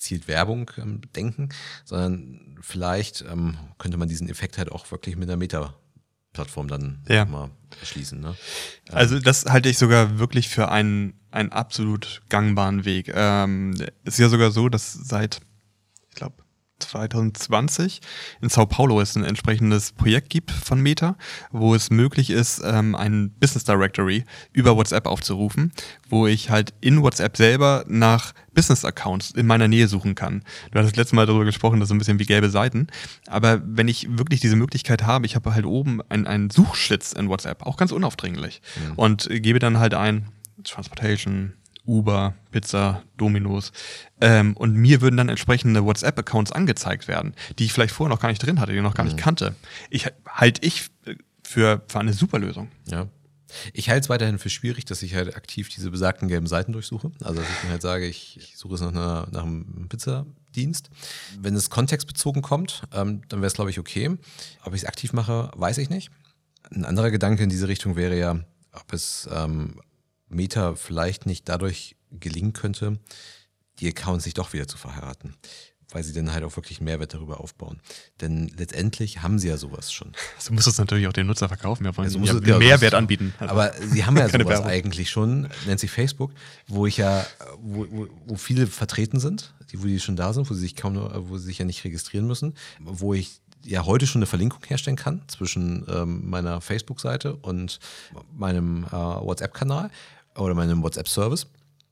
gezielt Werbung ähm, denken, sondern vielleicht ähm, könnte man diesen Effekt halt auch wirklich mit einer Meta-Plattform dann ja. mal erschließen. Ne? Also das halte ich sogar wirklich für einen, einen absolut gangbaren Weg. Ähm, es ist ja sogar so, dass seit, ich glaube, zwanzig zwanzig in Sao Paulo es ein entsprechendes Projekt gibt von Meta, wo es möglich ist, ähm, ein Business Directory über WhatsApp aufzurufen, wo ich halt in WhatsApp selber nach Business-Accounts in meiner Nähe suchen kann. Du hattest letztes Mal darüber gesprochen, das ist so ein bisschen wie gelbe Seiten, aber wenn ich wirklich diese Möglichkeit habe, ich habe halt oben einen, einen Suchschlitz in WhatsApp, auch ganz unaufdringlich, mhm. und gebe dann halt ein Transportation, Uber, Pizza, Domino's. Ähm, und mir würden dann entsprechende WhatsApp-Accounts angezeigt werden, die ich vielleicht vorher noch gar nicht drin hatte, die ich noch gar mhm. nicht kannte. Ich halte ich für, für eine super Lösung. Ja. Ich halte es weiterhin für schwierig, dass ich halt aktiv diese besagten gelben Seiten durchsuche. Also dass ich mir halt sage, ich, ich suche es nach, einer, nach einem Pizzadienst. Wenn es kontextbezogen kommt, ähm, dann wäre es, glaube ich, okay. Ob ich es aktiv mache, weiß ich nicht. Ein anderer Gedanke in diese Richtung wäre ja, ob es ähm, Meta vielleicht nicht dadurch gelingen könnte, die Accounts sich doch wieder zu verheiraten, weil sie dann halt auch wirklich einen Mehrwert darüber aufbauen. Denn letztendlich haben sie ja sowas schon. Du musst es natürlich auch den Nutzer verkaufen, ja, wollen also sie ja es, einen Mehrwert anbieten. Aber sie haben ja sowas Werbung. eigentlich schon, nennt sich Facebook, wo ich ja, wo, wo, wo viele vertreten sind, die, wo die schon da sind, wo sie sich kaum, wo sie sich ja nicht registrieren müssen, wo ich ja heute schon eine Verlinkung herstellen kann zwischen ähm, meiner Facebook-Seite und meinem äh, WhatsApp-Kanal oder meinem WhatsApp-Service.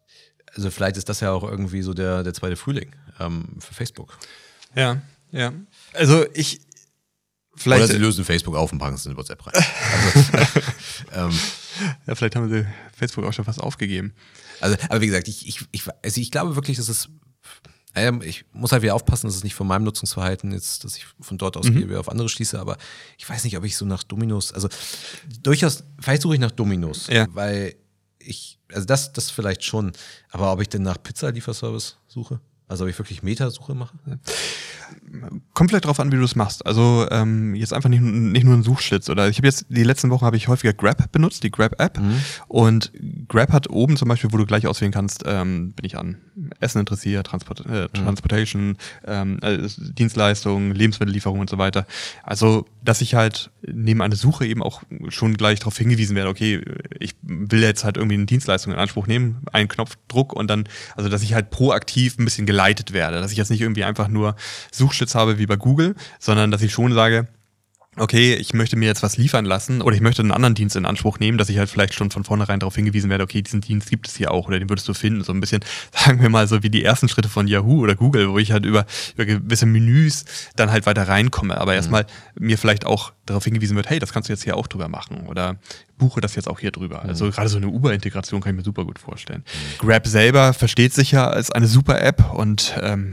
Also vielleicht ist das ja auch irgendwie so der, der zweite Frühling ähm, für Facebook. Ja, ja. Also ich vielleicht Oder sie lösen Facebook auf und packen es in WhatsApp rein. Also, ähm, ja, vielleicht haben sie Facebook auch schon fast aufgegeben. Also, aber wie gesagt, ich, ich, ich, also ich glaube wirklich, dass es ich muss halt wieder aufpassen, dass es nicht von meinem Nutzungsverhalten jetzt, dass ich von dort aus mhm. gehe, auf andere schließe, aber ich weiß nicht, ob ich so nach Domino's, also durchaus, vielleicht suche ich nach Domino's, ja. weil ich, also das, das vielleicht schon, aber ob ich denn nach Pizza-Lieferservice suche? Also ob ich wirklich Meta-Suche mache? Kommt vielleicht drauf an, wie du es machst. Also ähm, jetzt einfach nicht, nicht nur ein Suchschlitz. Oder ich habe jetzt, die letzten Wochen habe ich häufiger Grab benutzt, die Grab-App. Mhm. Und Grab hat oben zum Beispiel, wo du gleich auswählen kannst, ähm, bin ich an Essen interessiert, Transport, äh, mhm. Transportation, ähm, äh, Dienstleistungen, Lebensmittellieferung und so weiter. Also, dass ich halt neben einer Suche eben auch schon gleich darauf hingewiesen werde, okay, ich will jetzt halt irgendwie eine Dienstleistung in Anspruch nehmen, einen Knopfdruck und dann, also dass ich halt proaktiv ein bisschen geleitet werde, dass ich jetzt nicht irgendwie einfach nur Suchschlitz habe wie bei Google, sondern dass ich schon sage, okay, ich möchte mir jetzt was liefern lassen oder ich möchte einen anderen Dienst in Anspruch nehmen, dass ich halt vielleicht schon von vornherein darauf hingewiesen werde, okay, diesen Dienst gibt es hier auch oder den würdest du finden. So ein bisschen, sagen wir mal, so wie die ersten Schritte von Yahoo oder Google, wo ich halt über, über gewisse Menüs dann halt weiter reinkomme. Aber mhm. erstmal mir vielleicht auch darauf hingewiesen wird, hey, das kannst du jetzt hier auch drüber machen oder buche das jetzt auch hier drüber. Mhm. Also gerade so eine Uber-Integration kann ich mir super gut vorstellen. Mhm. Grab selber versteht sich ja als eine super App und ähm,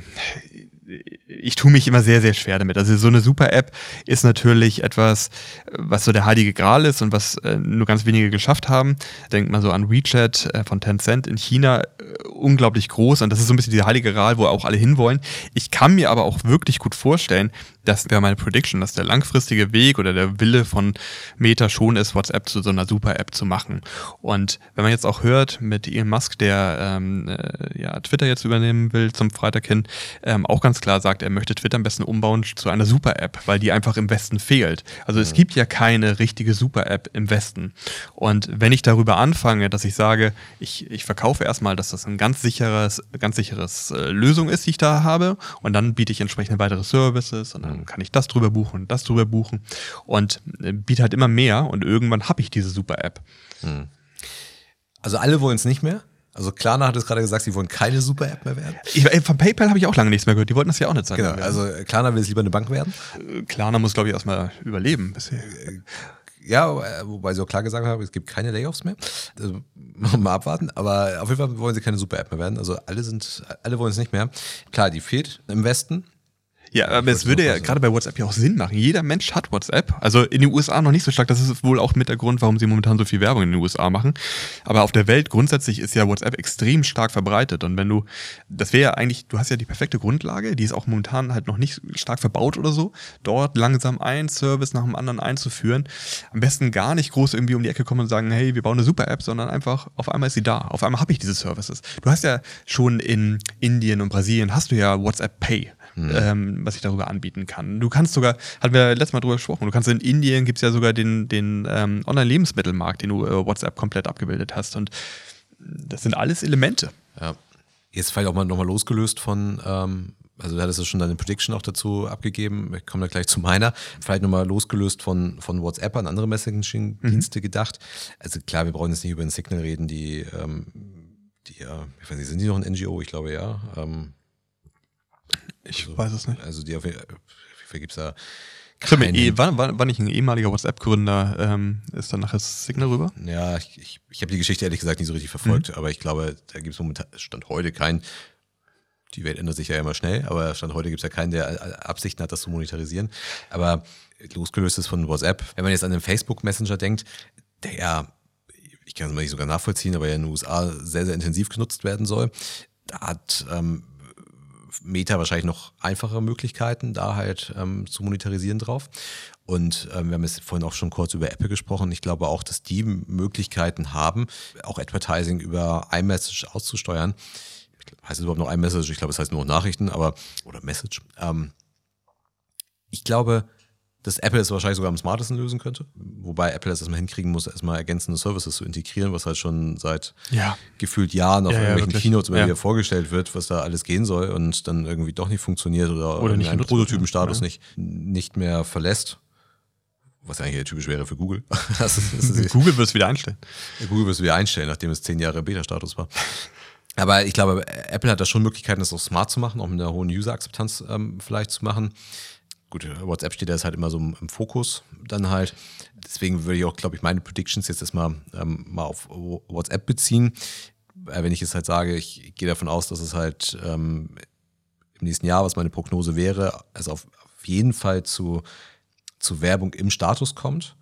ich tue mich immer sehr, sehr schwer damit. Also so eine Super-App ist natürlich etwas, was so der heilige Gral ist und was äh, nur ganz wenige geschafft haben. Denkt mal so an WeChat äh, von Tencent in China, äh, unglaublich groß und das ist so ein bisschen dieser heilige Gral, wo auch alle hinwollen. Ich kann mir aber auch wirklich gut vorstellen, das wäre meine Prediction, dass der langfristige Weg oder der Wille von Meta schon ist, WhatsApp zu so einer Super-App zu machen. Und wenn man jetzt auch hört mit Elon Musk, der ähm, äh, ja, Twitter jetzt übernehmen will zum Freitag hin, ähm, auch ganz klar sagt, er möchte Twitter am besten umbauen zu einer Super-App, weil die einfach im Westen fehlt. Also es gibt ja keine richtige Super-App im Westen. Und wenn ich darüber anfange, dass ich sage, ich, ich verkaufe erstmal, dass das ein ganz sicheres, ganz sicheres äh, Lösung ist, die ich da habe, und dann biete ich entsprechende weitere Services und dann kann ich das drüber buchen und das drüber buchen und äh, biete halt immer mehr und irgendwann habe ich diese Super-App. Hm. Also alle wollen es nicht mehr? Also Klarna hat es gerade gesagt, sie wollen keine Super-App mehr werden. Ich, von PayPal habe ich auch lange nichts mehr gehört. Die wollten das ja auch nicht sagen. Genau, also Klarna will es lieber eine Bank werden. Klarna muss, glaube ich, erstmal überleben bisher. Ja, wobei sie auch klar gesagt haben, es gibt keine Layoffs mehr. Also, mal abwarten. Aber auf jeden Fall wollen sie keine Super-App mehr werden. Also alle sind, alle wollen es nicht mehr. Klar, die fehlt im Westen. Ja, aber es würde ja gerade bei WhatsApp ja auch Sinn machen. Jeder Mensch hat WhatsApp. Also in den U S A noch nicht so stark. Das ist wohl auch mit der Grund, warum sie momentan so viel Werbung in den U S A machen. Aber auf der Welt grundsätzlich ist ja WhatsApp extrem stark verbreitet. Und wenn du, das wäre ja eigentlich, du hast ja die perfekte Grundlage, die ist auch momentan halt noch nicht stark verbaut oder so, dort langsam einen Service nach dem anderen einzuführen. Am besten gar nicht groß irgendwie um die Ecke kommen und sagen, hey, wir bauen eine super App, sondern einfach, auf einmal ist sie da. Auf einmal habe ich diese Services. Du hast ja schon in Indien und Brasilien hast du ja WhatsApp Pay. Hm. Ähm, was ich darüber anbieten kann. Du kannst sogar, hatten wir letztes Mal drüber gesprochen, du kannst in Indien, gibt es ja sogar den, den ähm, Online-Lebensmittelmarkt, den du äh, WhatsApp komplett abgebildet hast und das sind alles Elemente. Ja. Jetzt vielleicht auch mal nochmal losgelöst von, ähm, also du hattest ja schon deine Prediction auch dazu abgegeben, ich komme da gleich zu meiner, vielleicht nochmal losgelöst von, von WhatsApp an andere Messaging-Dienste mhm. gedacht. Also klar, wir brauchen jetzt nicht über ein Signal reden, die, ähm, die ja, ich weiß nicht, sind die noch ein N G O? Ich glaube ja. Ähm, Ich also, weiß es nicht. Also die auf jeden Fall gibt es da. Eh, war, war, war nicht ein ehemaliger WhatsApp-Gründer, ähm, ist dann nachher das Signal rüber? Ja, ich, ich, ich habe die Geschichte ehrlich gesagt nicht so richtig verfolgt, mhm. aber ich glaube, da gibt es momentan, Stand heute keinen, die Welt ändert sich ja immer schnell, aber Stand heute gibt es ja keinen, der Absichten hat, das zu monetarisieren. Aber losgelöst ist von WhatsApp, wenn man jetzt an den Facebook-Messenger denkt, der ja, ich kann es mal nicht sogar nachvollziehen, aber ja in den U S A sehr, sehr intensiv genutzt werden soll, da hat ähm, Meta wahrscheinlich noch einfache Möglichkeiten, da halt ähm, zu monetarisieren drauf. Und ähm, wir haben jetzt vorhin auch schon kurz über Apple gesprochen. Ich glaube auch, dass die Möglichkeiten haben, auch Advertising über iMessage auszusteuern. Heißt es überhaupt noch iMessage? Ich glaube, es heißt nur noch Nachrichten, aber oder Message. Ähm, ich glaube, dass Apple es wahrscheinlich sogar am smartesten lösen könnte. Wobei Apple es erstmal hinkriegen muss, erstmal ergänzende Services zu integrieren, was halt schon seit ja. gefühlt Jahren auf ja, irgendwelchen ja, Keynotes immer ja. wieder vorgestellt wird, was da alles gehen soll und dann irgendwie doch nicht funktioniert oder, oder nicht einen Prototypenstatus ja. nicht, nicht mehr verlässt. Was eigentlich typisch wäre für Google. das ist, das ist Google wird es wieder einstellen. Google wird es wieder einstellen, nachdem es zehn Jahre Beta-Status war. Aber ich glaube, Apple hat da schon Möglichkeiten, das auch smart zu machen, auch mit einer hohen User-Akzeptanz ähm, vielleicht zu machen. Gut, WhatsApp steht ja halt immer so im Fokus dann halt. Deswegen würde ich auch, glaube ich, meine Predictions jetzt erstmal ähm, mal auf WhatsApp beziehen. Äh, wenn ich jetzt halt sage, ich gehe davon aus, dass es halt ähm, im nächsten Jahr, was meine Prognose wäre, also auf, auf jeden Fall zu, zu Werbung im Status kommt.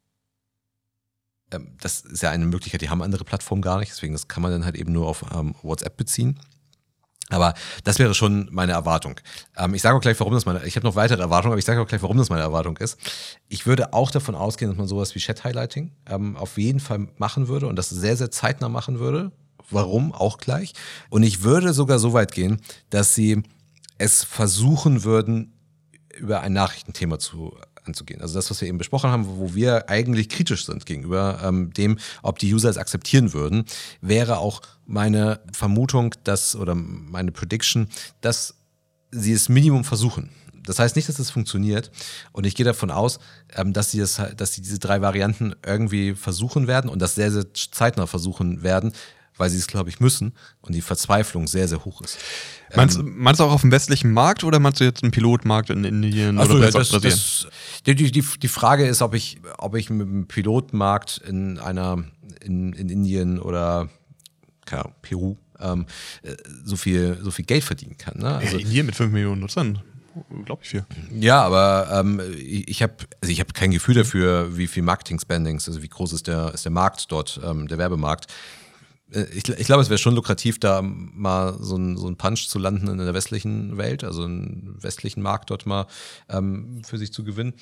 Ähm, das ist ja eine Möglichkeit, die haben andere Plattformen gar nicht. Deswegen das kann man dann halt eben nur auf ähm, WhatsApp beziehen. Aber das wäre schon meine Erwartung. Ähm, ich sage auch gleich, warum das meine, ich habe noch weitere Erwartungen, aber ich sage auch gleich, warum das meine Erwartung ist. Ich würde auch davon ausgehen, dass man sowas wie Chat-Highlighting ähm, auf jeden Fall machen würde und das sehr, sehr zeitnah machen würde. Warum? Auch gleich. Und ich würde sogar so weit gehen, dass sie es versuchen würden, über ein Nachrichtenthema zu anzugehen. Also das, was wir eben besprochen haben, wo wir eigentlich kritisch sind gegenüber ähm, dem, ob die User es akzeptieren würden, wäre auch meine Vermutung, dass oder meine Prediction, dass sie es Minimum versuchen. Das heißt nicht, dass es funktioniert. Und ich gehe davon aus, ähm, dass sie das, dass sie diese drei Varianten irgendwie versuchen werden und das sehr, sehr zeitnah versuchen werden, weil sie es, glaube ich, müssen und die Verzweiflung sehr, sehr hoch ist. Meinst, ähm, meinst du auch auf dem westlichen Markt oder meinst du jetzt einen Pilotmarkt in Indien also oder ja, das, das, die, die, die Frage ist, ob ich, ob ich mit einem Pilotmarkt in einer in, in Indien oder keine Ahnung, Peru ähm, so viel so viel Geld verdienen kann. Ne? Also, ja, Indien mit fünf Millionen Nutzern, glaube ich viel. Ja, aber ähm, ich, ich habe also ich habe kein Gefühl dafür, wie viel Marketing-Spendings, also wie groß ist der ist der Markt dort, ähm, der Werbemarkt. Ich, ich glaube, es wäre schon lukrativ, da mal so ein, so ein Punch zu landen in der westlichen Welt, also einen westlichen Markt dort mal ähm, für sich zu gewinnen.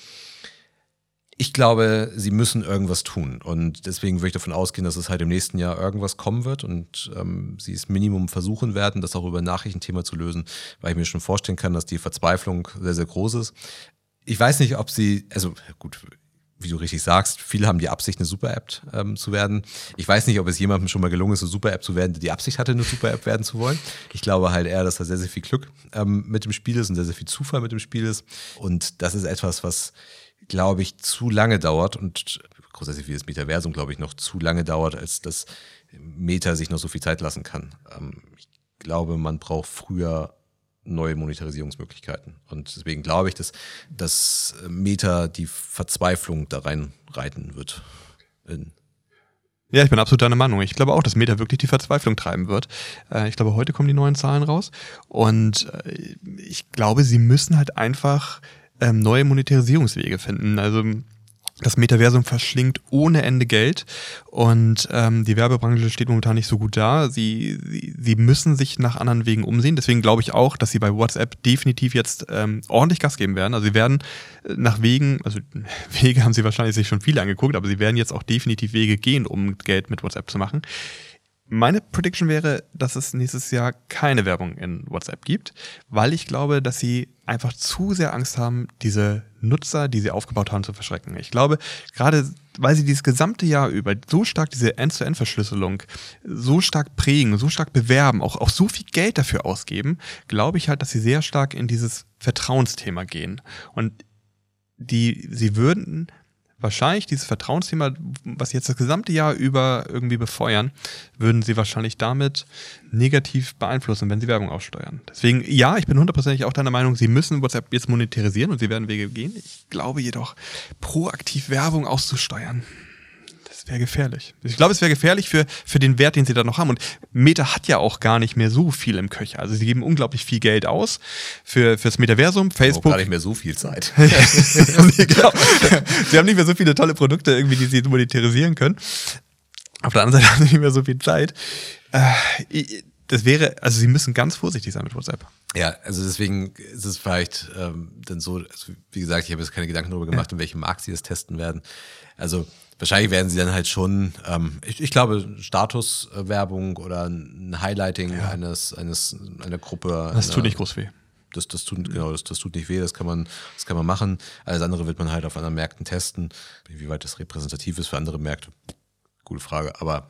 Ich glaube, sie müssen irgendwas tun und deswegen würde ich davon ausgehen, dass es halt im nächsten Jahr irgendwas kommen wird und ähm, sie es Minimum versuchen werden, das auch über ein Nachrichtenthema zu lösen, weil ich mir schon vorstellen kann, dass die Verzweiflung sehr, sehr groß ist. Ich weiß nicht, ob sie, also gut, wie du richtig sagst, viele haben die Absicht, eine Super-App ähm, zu werden. Ich weiß nicht, ob es jemandem schon mal gelungen ist, eine Super-App zu werden, der die Absicht hatte, eine Super-App werden zu wollen. Ich glaube halt eher, dass da sehr, sehr viel Glück ähm, mit dem Spiel ist und sehr, sehr viel Zufall mit dem Spiel ist. Und das ist etwas, was, glaube ich, zu lange dauert und grundsätzlich wie das Metaversum, glaube ich, noch zu lange dauert, als dass Meta sich noch so viel Zeit lassen kann. Ähm, ich glaube, man braucht früher neue Monetarisierungsmöglichkeiten. Und deswegen glaube ich, dass, dass Meta die Verzweiflung da reinreiten wird. In Ja, ich bin absolut deiner Meinung. Ich glaube auch, dass Meta wirklich die Verzweiflung treiben wird. Äh, ich glaube, heute kommen die neuen Zahlen raus. Und äh, ich glaube, sie müssen halt einfach ähm, neue Monetarisierungswege finden. Also das Metaversum verschlingt ohne Ende Geld und ähm, die Werbebranche steht momentan nicht so gut da. Sie, sie, sie müssen sich nach anderen Wegen umsehen. Deswegen glaube ich auch, dass sie bei WhatsApp definitiv jetzt ähm, ordentlich Gas geben werden. Also sie werden nach Wegen, also Wege haben sie wahrscheinlich sich schon viele angeguckt, aber sie werden jetzt auch definitiv Wege gehen, um Geld mit WhatsApp zu machen. Meine Prediction wäre, dass es nächstes Jahr keine Werbung in WhatsApp gibt, weil ich glaube, dass sie einfach zu sehr Angst haben, diese Nutzer, die sie aufgebaut haben, zu verschrecken. Ich glaube, gerade weil sie dieses gesamte Jahr über so stark diese End-to-End-Verschlüsselung so stark prägen, so stark bewerben, auch, auch so viel Geld dafür ausgeben, glaube ich halt, dass sie sehr stark in dieses Vertrauensthema gehen. Und die, sie würden wahrscheinlich dieses Vertrauensthema, was sie jetzt das gesamte Jahr über irgendwie befeuern, würden sie wahrscheinlich damit negativ beeinflussen, wenn sie Werbung aussteuern. Deswegen, ja, ich bin hundertprozentig auch deiner Meinung, sie müssen WhatsApp jetzt monetarisieren und sie werden Wege gehen. Ich glaube jedoch, proaktiv Werbung auszusteuern, das wäre gefährlich. Ich glaube, es wäre gefährlich für, für den Wert, den sie da noch haben. Und Meta hat ja auch gar nicht mehr so viel im Köcher. Also sie geben unglaublich viel Geld aus für fürs Metaversum. Facebook. Auch gar nicht mehr so viel Zeit. Genau. Sie haben nicht mehr so viele tolle Produkte, irgendwie, die sie monetarisieren können. Auf der anderen Seite haben sie nicht mehr so viel Zeit. Das wäre, also sie müssen ganz vorsichtig sein mit WhatsApp. Ja, also deswegen ist es vielleicht ähm, dann so, also wie gesagt, ich habe jetzt keine Gedanken darüber gemacht, ja. in welchem Markt sie das testen werden. Also wahrscheinlich werden sie dann halt schon, ähm, ich, ich glaube, Statuswerbung oder ein Highlighting ja. eines, eines, einer Gruppe. Das tut eine, nicht groß weh. Das, das tut, genau, das, das tut nicht weh, das kann man, das kann man machen. Alles andere wird man halt auf anderen Märkten testen. Wie weit das repräsentativ ist für andere Märkte, gute Frage, aber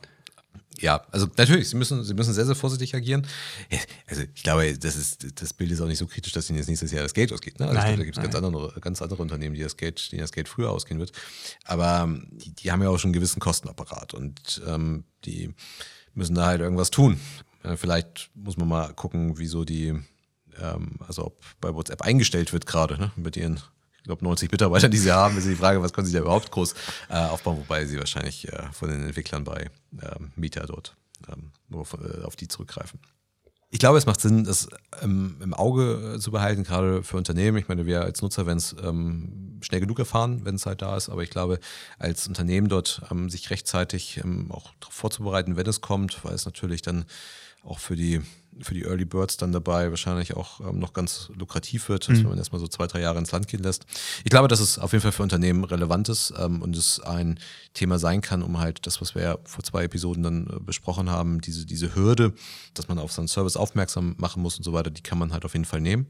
ja, also natürlich, sie müssen, sie müssen sehr, sehr vorsichtig agieren. Also ich glaube, das, ist, das Bild ist auch nicht so kritisch, dass ihnen jetzt nächstes Jahr das Geld ausgeht. Ne? Also nein, ich glaube, da gibt es ganz andere, ganz andere Unternehmen, die das Geld, denen das Geld früher ausgehen wird. Aber die, die haben ja auch schon einen gewissen Kostenapparat und ähm, die müssen da halt irgendwas tun. Äh, vielleicht muss man mal gucken, wieso die, ähm, also ob bei WhatsApp eingestellt wird gerade, ne? Mit ihren ich glaube, neunzig Mitarbeiter, die sie haben, ist die Frage, was können sie da überhaupt groß äh, aufbauen, wobei sie wahrscheinlich äh, von den Entwicklern bei ähm, Meta dort ähm, nur auf, äh, auf die zurückgreifen. Ich glaube, es macht Sinn, das ähm, im Auge äh, zu behalten, gerade für Unternehmen. Ich meine, wir als Nutzer werden es ähm, schnell genug erfahren, wenn es halt da ist, aber ich glaube, als Unternehmen dort ähm, sich rechtzeitig ähm, auch darauf vorzubereiten, wenn es kommt, weil es natürlich dann auch für die für die Early Birds dann dabei wahrscheinlich auch ähm, noch ganz lukrativ wird, dass mhm. man erstmal so zwei, drei Jahre ins Land gehen lässt. Ich glaube, dass es auf jeden Fall für Unternehmen relevant ist ähm, und es ein Thema sein kann, um halt das, was wir ja vor zwei Episoden dann äh, besprochen haben, diese, diese Hürde, dass man auf seinen Service aufmerksam machen muss und so weiter, die kann man halt auf jeden Fall nehmen.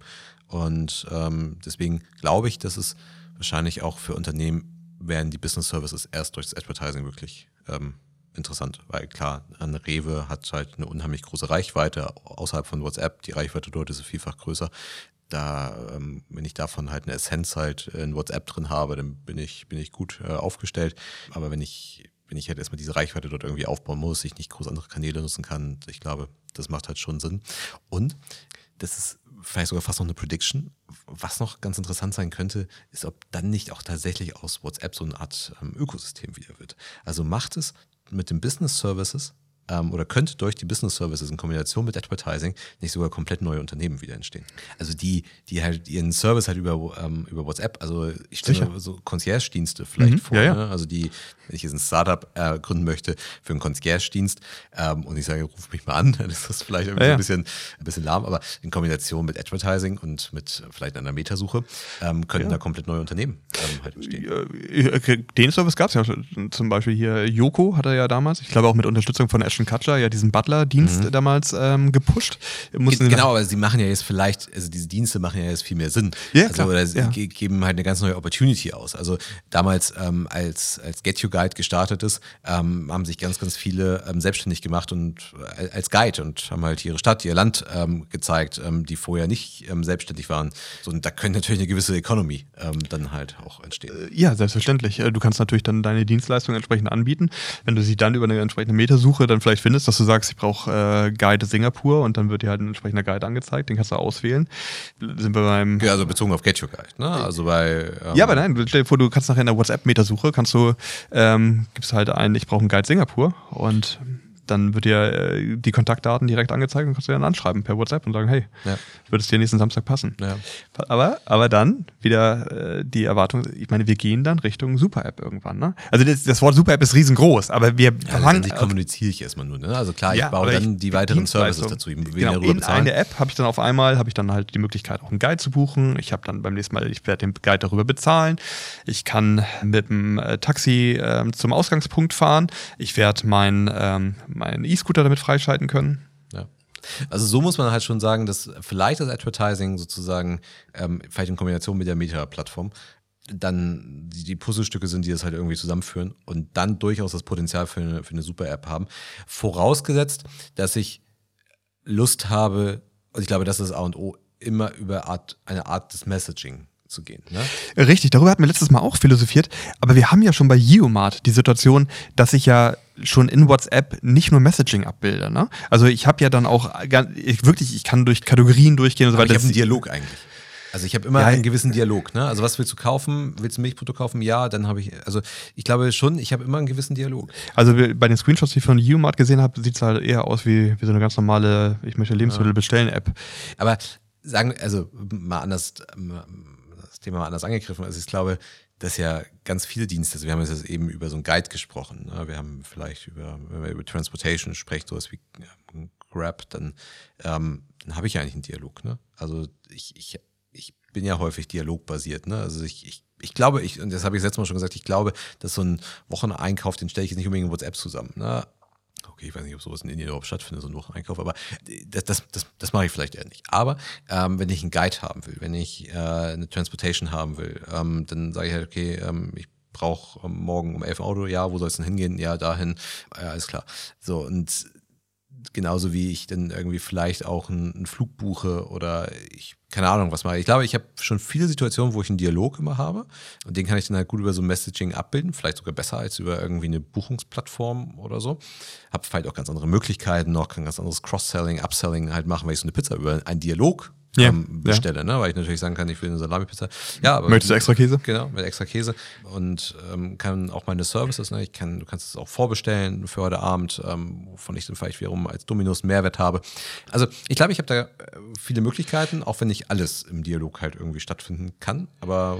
Und ähm, deswegen glaube ich, dass es wahrscheinlich auch für Unternehmen werden die Business Services erst durch das Advertising wirklich ähm, interessant, weil klar, eine Rewe hat halt eine unheimlich große Reichweite außerhalb von WhatsApp. Die Reichweite dort ist vielfach größer. Da, ähm, wenn ich davon halt eine Essenz halt in WhatsApp drin habe, dann bin ich, bin ich gut äh, aufgestellt. Aber wenn ich, wenn ich halt erstmal diese Reichweite dort irgendwie aufbauen muss, ich nicht groß andere Kanäle nutzen kann, ich glaube, das macht halt schon Sinn. Und das ist vielleicht sogar fast noch eine Prediction. Was noch ganz interessant sein könnte, ist, ob dann nicht auch tatsächlich aus WhatsApp so eine Art ähm, Ökosystem wieder wird. Also macht es mit den Business Services ähm, oder könnte durch die Business Services in Kombination mit Advertising nicht sogar komplett neue Unternehmen wieder entstehen. Also die, die halt ihren Service halt über, ähm, über WhatsApp, also ich stelle mir so Concierge-Dienste vielleicht mhm, vor, ja, ja. Ne? Also die, wenn ich jetzt ein Startup äh, gründen möchte für einen Concierge-Dienst ähm, und ich sage, ruf mich mal an, dann ist das vielleicht irgendwie ja, ja. ein bisschen, ein bisschen lahm, aber in Kombination mit Advertising und mit vielleicht einer Metasuche ähm, könnten ja. da komplett neue Unternehmen ähm, halt entstehen. Den Service gab es ja zum Beispiel hier, Yoko hat er ja damals, ich glaube auch mit Unterstützung von Ashton Kutcher, ja diesen Butler-Dienst mhm. damals ähm, gepusht. Mussten genau, aber sie machen ja jetzt vielleicht, also diese Dienste machen ja jetzt viel mehr Sinn. Ja, also klar. Oder sie ja. geben halt eine ganz neue Opportunity aus. Also damals ähm, als, als Get You Guide gestartet ist, ähm, haben sich ganz, ganz viele ähm, selbstständig gemacht und äh, als Guide und haben halt ihre Stadt, ihr Land ähm, gezeigt, ähm, die vorher nicht ähm, selbstständig waren. So, und da könnte natürlich eine gewisse Economy ähm, dann halt auch entstehen. Ja, selbstverständlich. Du kannst natürlich dann deine Dienstleistung entsprechend anbieten. Wenn du sie dann über eine entsprechende Metasuche dann vielleicht vielleicht findest, dass du sagst, ich brauche äh, Guide Singapur und dann wird dir halt ein entsprechender Guide angezeigt, den kannst du auswählen. Sind wir beim... Ja, also bezogen auf Get Your Guide, ne? Also bei... Ähm ja, aber nein, stell dir vor, du kannst nachher in der WhatsApp-Metasuche, kannst du, ähm, gibst halt ein, ich brauche einen Guide Singapur und dann wird dir äh, die Kontaktdaten direkt angezeigt und kannst du dann anschreiben per WhatsApp und sagen, hey, ja. wird es dir nächsten Samstag passen? Ja. Aber, aber dann wieder äh, die Erwartung, ich meine, wir gehen dann Richtung Super-App irgendwann, ne? Also das, das Wort Super-App ist riesengroß, aber wir ja, fangen... Ja, kommuniziere ich erstmal nur, ne? Also klar, ich ja, baue dann die weiteren Services dazu. Genau, in bezahlen. Eine App habe ich dann auf einmal, habe ich dann halt die Möglichkeit, auch einen Guide zu buchen. Ich habe dann beim nächsten Mal, ich werde den Guide darüber bezahlen. Ich kann mit dem äh, Taxi äh, zum Ausgangspunkt fahren. Ich werde meinen ähm, mein E-Scooter damit freischalten können. Ja. Also so muss man halt schon sagen, dass vielleicht das Advertising sozusagen, ähm, vielleicht in Kombination mit der Meta-Plattform, dann die, die Puzzlestücke sind, die das halt irgendwie zusammenführen und dann durchaus das Potenzial für eine, für eine Super-App haben. Vorausgesetzt, dass ich Lust habe, und ich glaube, das ist das A und O, immer über Art, eine Art des Messaging zu gehen. Ne? Richtig, darüber hatten wir letztes Mal auch philosophiert, aber wir haben ja schon bei Geomart die Situation, dass ich ja schon in WhatsApp nicht nur Messaging abbilde. Ne? Also ich habe ja dann auch, ich, wirklich, ich kann durch Kategorien durchgehen und so weiter. Ich habe einen Dialog eigentlich. Also ich habe immer ja, einen gewissen Dialog. Ne? Also was willst du kaufen? Willst du Milchprodukte kaufen? Ja, dann habe ich, also ich glaube schon, ich habe immer einen gewissen Dialog. Also bei den Screenshots, die ich von Geomart gesehen habe, sieht es halt eher aus wie, wie so eine ganz normale, ich möchte Lebensmittel bestellen App. Aber sagen, also mal anders, das Thema mal anders angegriffen. Also ich glaube, dass ja ganz viele Dienste, also wir haben jetzt eben über so einen Guide gesprochen, ne? Wir haben vielleicht über, wenn wir über Transportation sprechen, sowas wie ja, Grab, dann, ähm, dann habe ich ja eigentlich einen Dialog. Ne? Also ich, ich, ich bin ja häufig dialogbasiert. Ne? Also ich, ich, ich glaube, ich, und das habe ich letztes Mal schon gesagt, ich glaube, dass so ein Wocheneinkauf, den stelle ich jetzt nicht unbedingt in WhatsApp zusammen. Ne? Okay, ich weiß nicht, ob sowas in Indien überhaupt stattfindet, so ein Wocheneinkauf, aber das, das, das, das mache ich vielleicht eher nicht. Aber ähm, wenn ich einen Guide haben will, wenn ich äh, eine Transportation haben will, ähm, dann sage ich halt, okay, ähm, ich brauche ähm, morgen um elf Uhr Auto, ja, wo soll es denn hingehen? Ja, dahin, ja, alles klar. So, und genauso wie ich dann irgendwie vielleicht auch einen, einen Flug buche oder ich, keine Ahnung, was mache. Ich glaube, ich habe schon viele Situationen, wo ich einen Dialog immer habe und den kann ich dann halt gut über so Messaging abbilden, vielleicht sogar besser als über irgendwie eine Buchungsplattform oder so. Habe vielleicht auch ganz andere Möglichkeiten noch, kann ganz anderes Cross-Selling, Upselling halt machen, weil ich so eine Pizza über einen Dialog Ja, ähm, bestelle, ja. ne? Weil ich natürlich sagen kann, ich will eine Salami-Pizza. Ja, aber möchtest du extra Käse? Genau, mit extra Käse und ähm, kann auch meine Services, ne? Ich kann, du kannst es auch vorbestellen für heute Abend, ähm, wovon ich dann vielleicht wiederum als Dominos Mehrwert habe. Also ich glaube, ich habe da viele Möglichkeiten, auch wenn nicht alles im Dialog halt irgendwie stattfinden kann, aber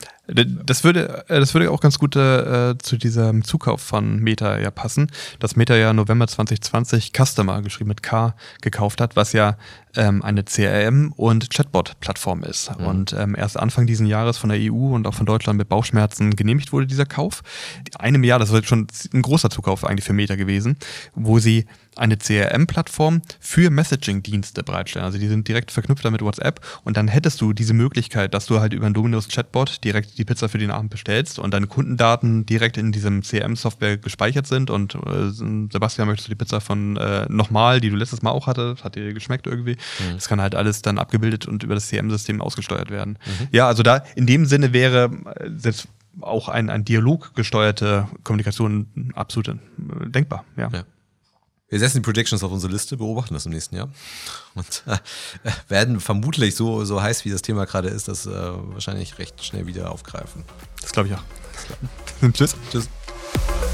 das würde, das würde auch ganz gut äh, zu diesem Zukauf von Meta ja passen, dass Meta ja November zwanzig zwanzig Customer, geschrieben mit K, gekauft hat, was ja ähm, eine C R M- und Chatbot-Plattform ist. Mhm. Und ähm, erst Anfang diesen Jahres von der E U und auch von Deutschland mit Bauchschmerzen genehmigt wurde dieser Kauf. Einem Jahr, das wird schon ein großer Zukauf eigentlich für Meta gewesen, wo sie eine C R M-Plattform für Messaging-Dienste bereitstellen. Also die sind direkt verknüpft mit WhatsApp und dann hättest du diese Möglichkeit, dass du halt über einen Domino's-Chatbot direkt die Pizza für den Abend bestellst und deine Kundendaten direkt in diesem C R M-Software gespeichert sind und äh, Sebastian, möchtest du die Pizza von äh, nochmal, die du letztes Mal auch hattest, hat dir geschmeckt irgendwie? Mhm. Das kann halt alles dann abgebildet und über das C R M-System ausgesteuert werden. Mhm. Ja, also da in dem Sinne wäre selbst auch ein, ein dialoggesteuerte Kommunikation absolut äh, denkbar, ja. ja. Wir setzen die Predictions auf unsere Liste, beobachten das im nächsten Jahr und äh, werden vermutlich so, so heiß, wie das Thema gerade ist, das äh, wahrscheinlich recht schnell wieder aufgreifen. Das glaube ich auch. Tschüss. Tschüss.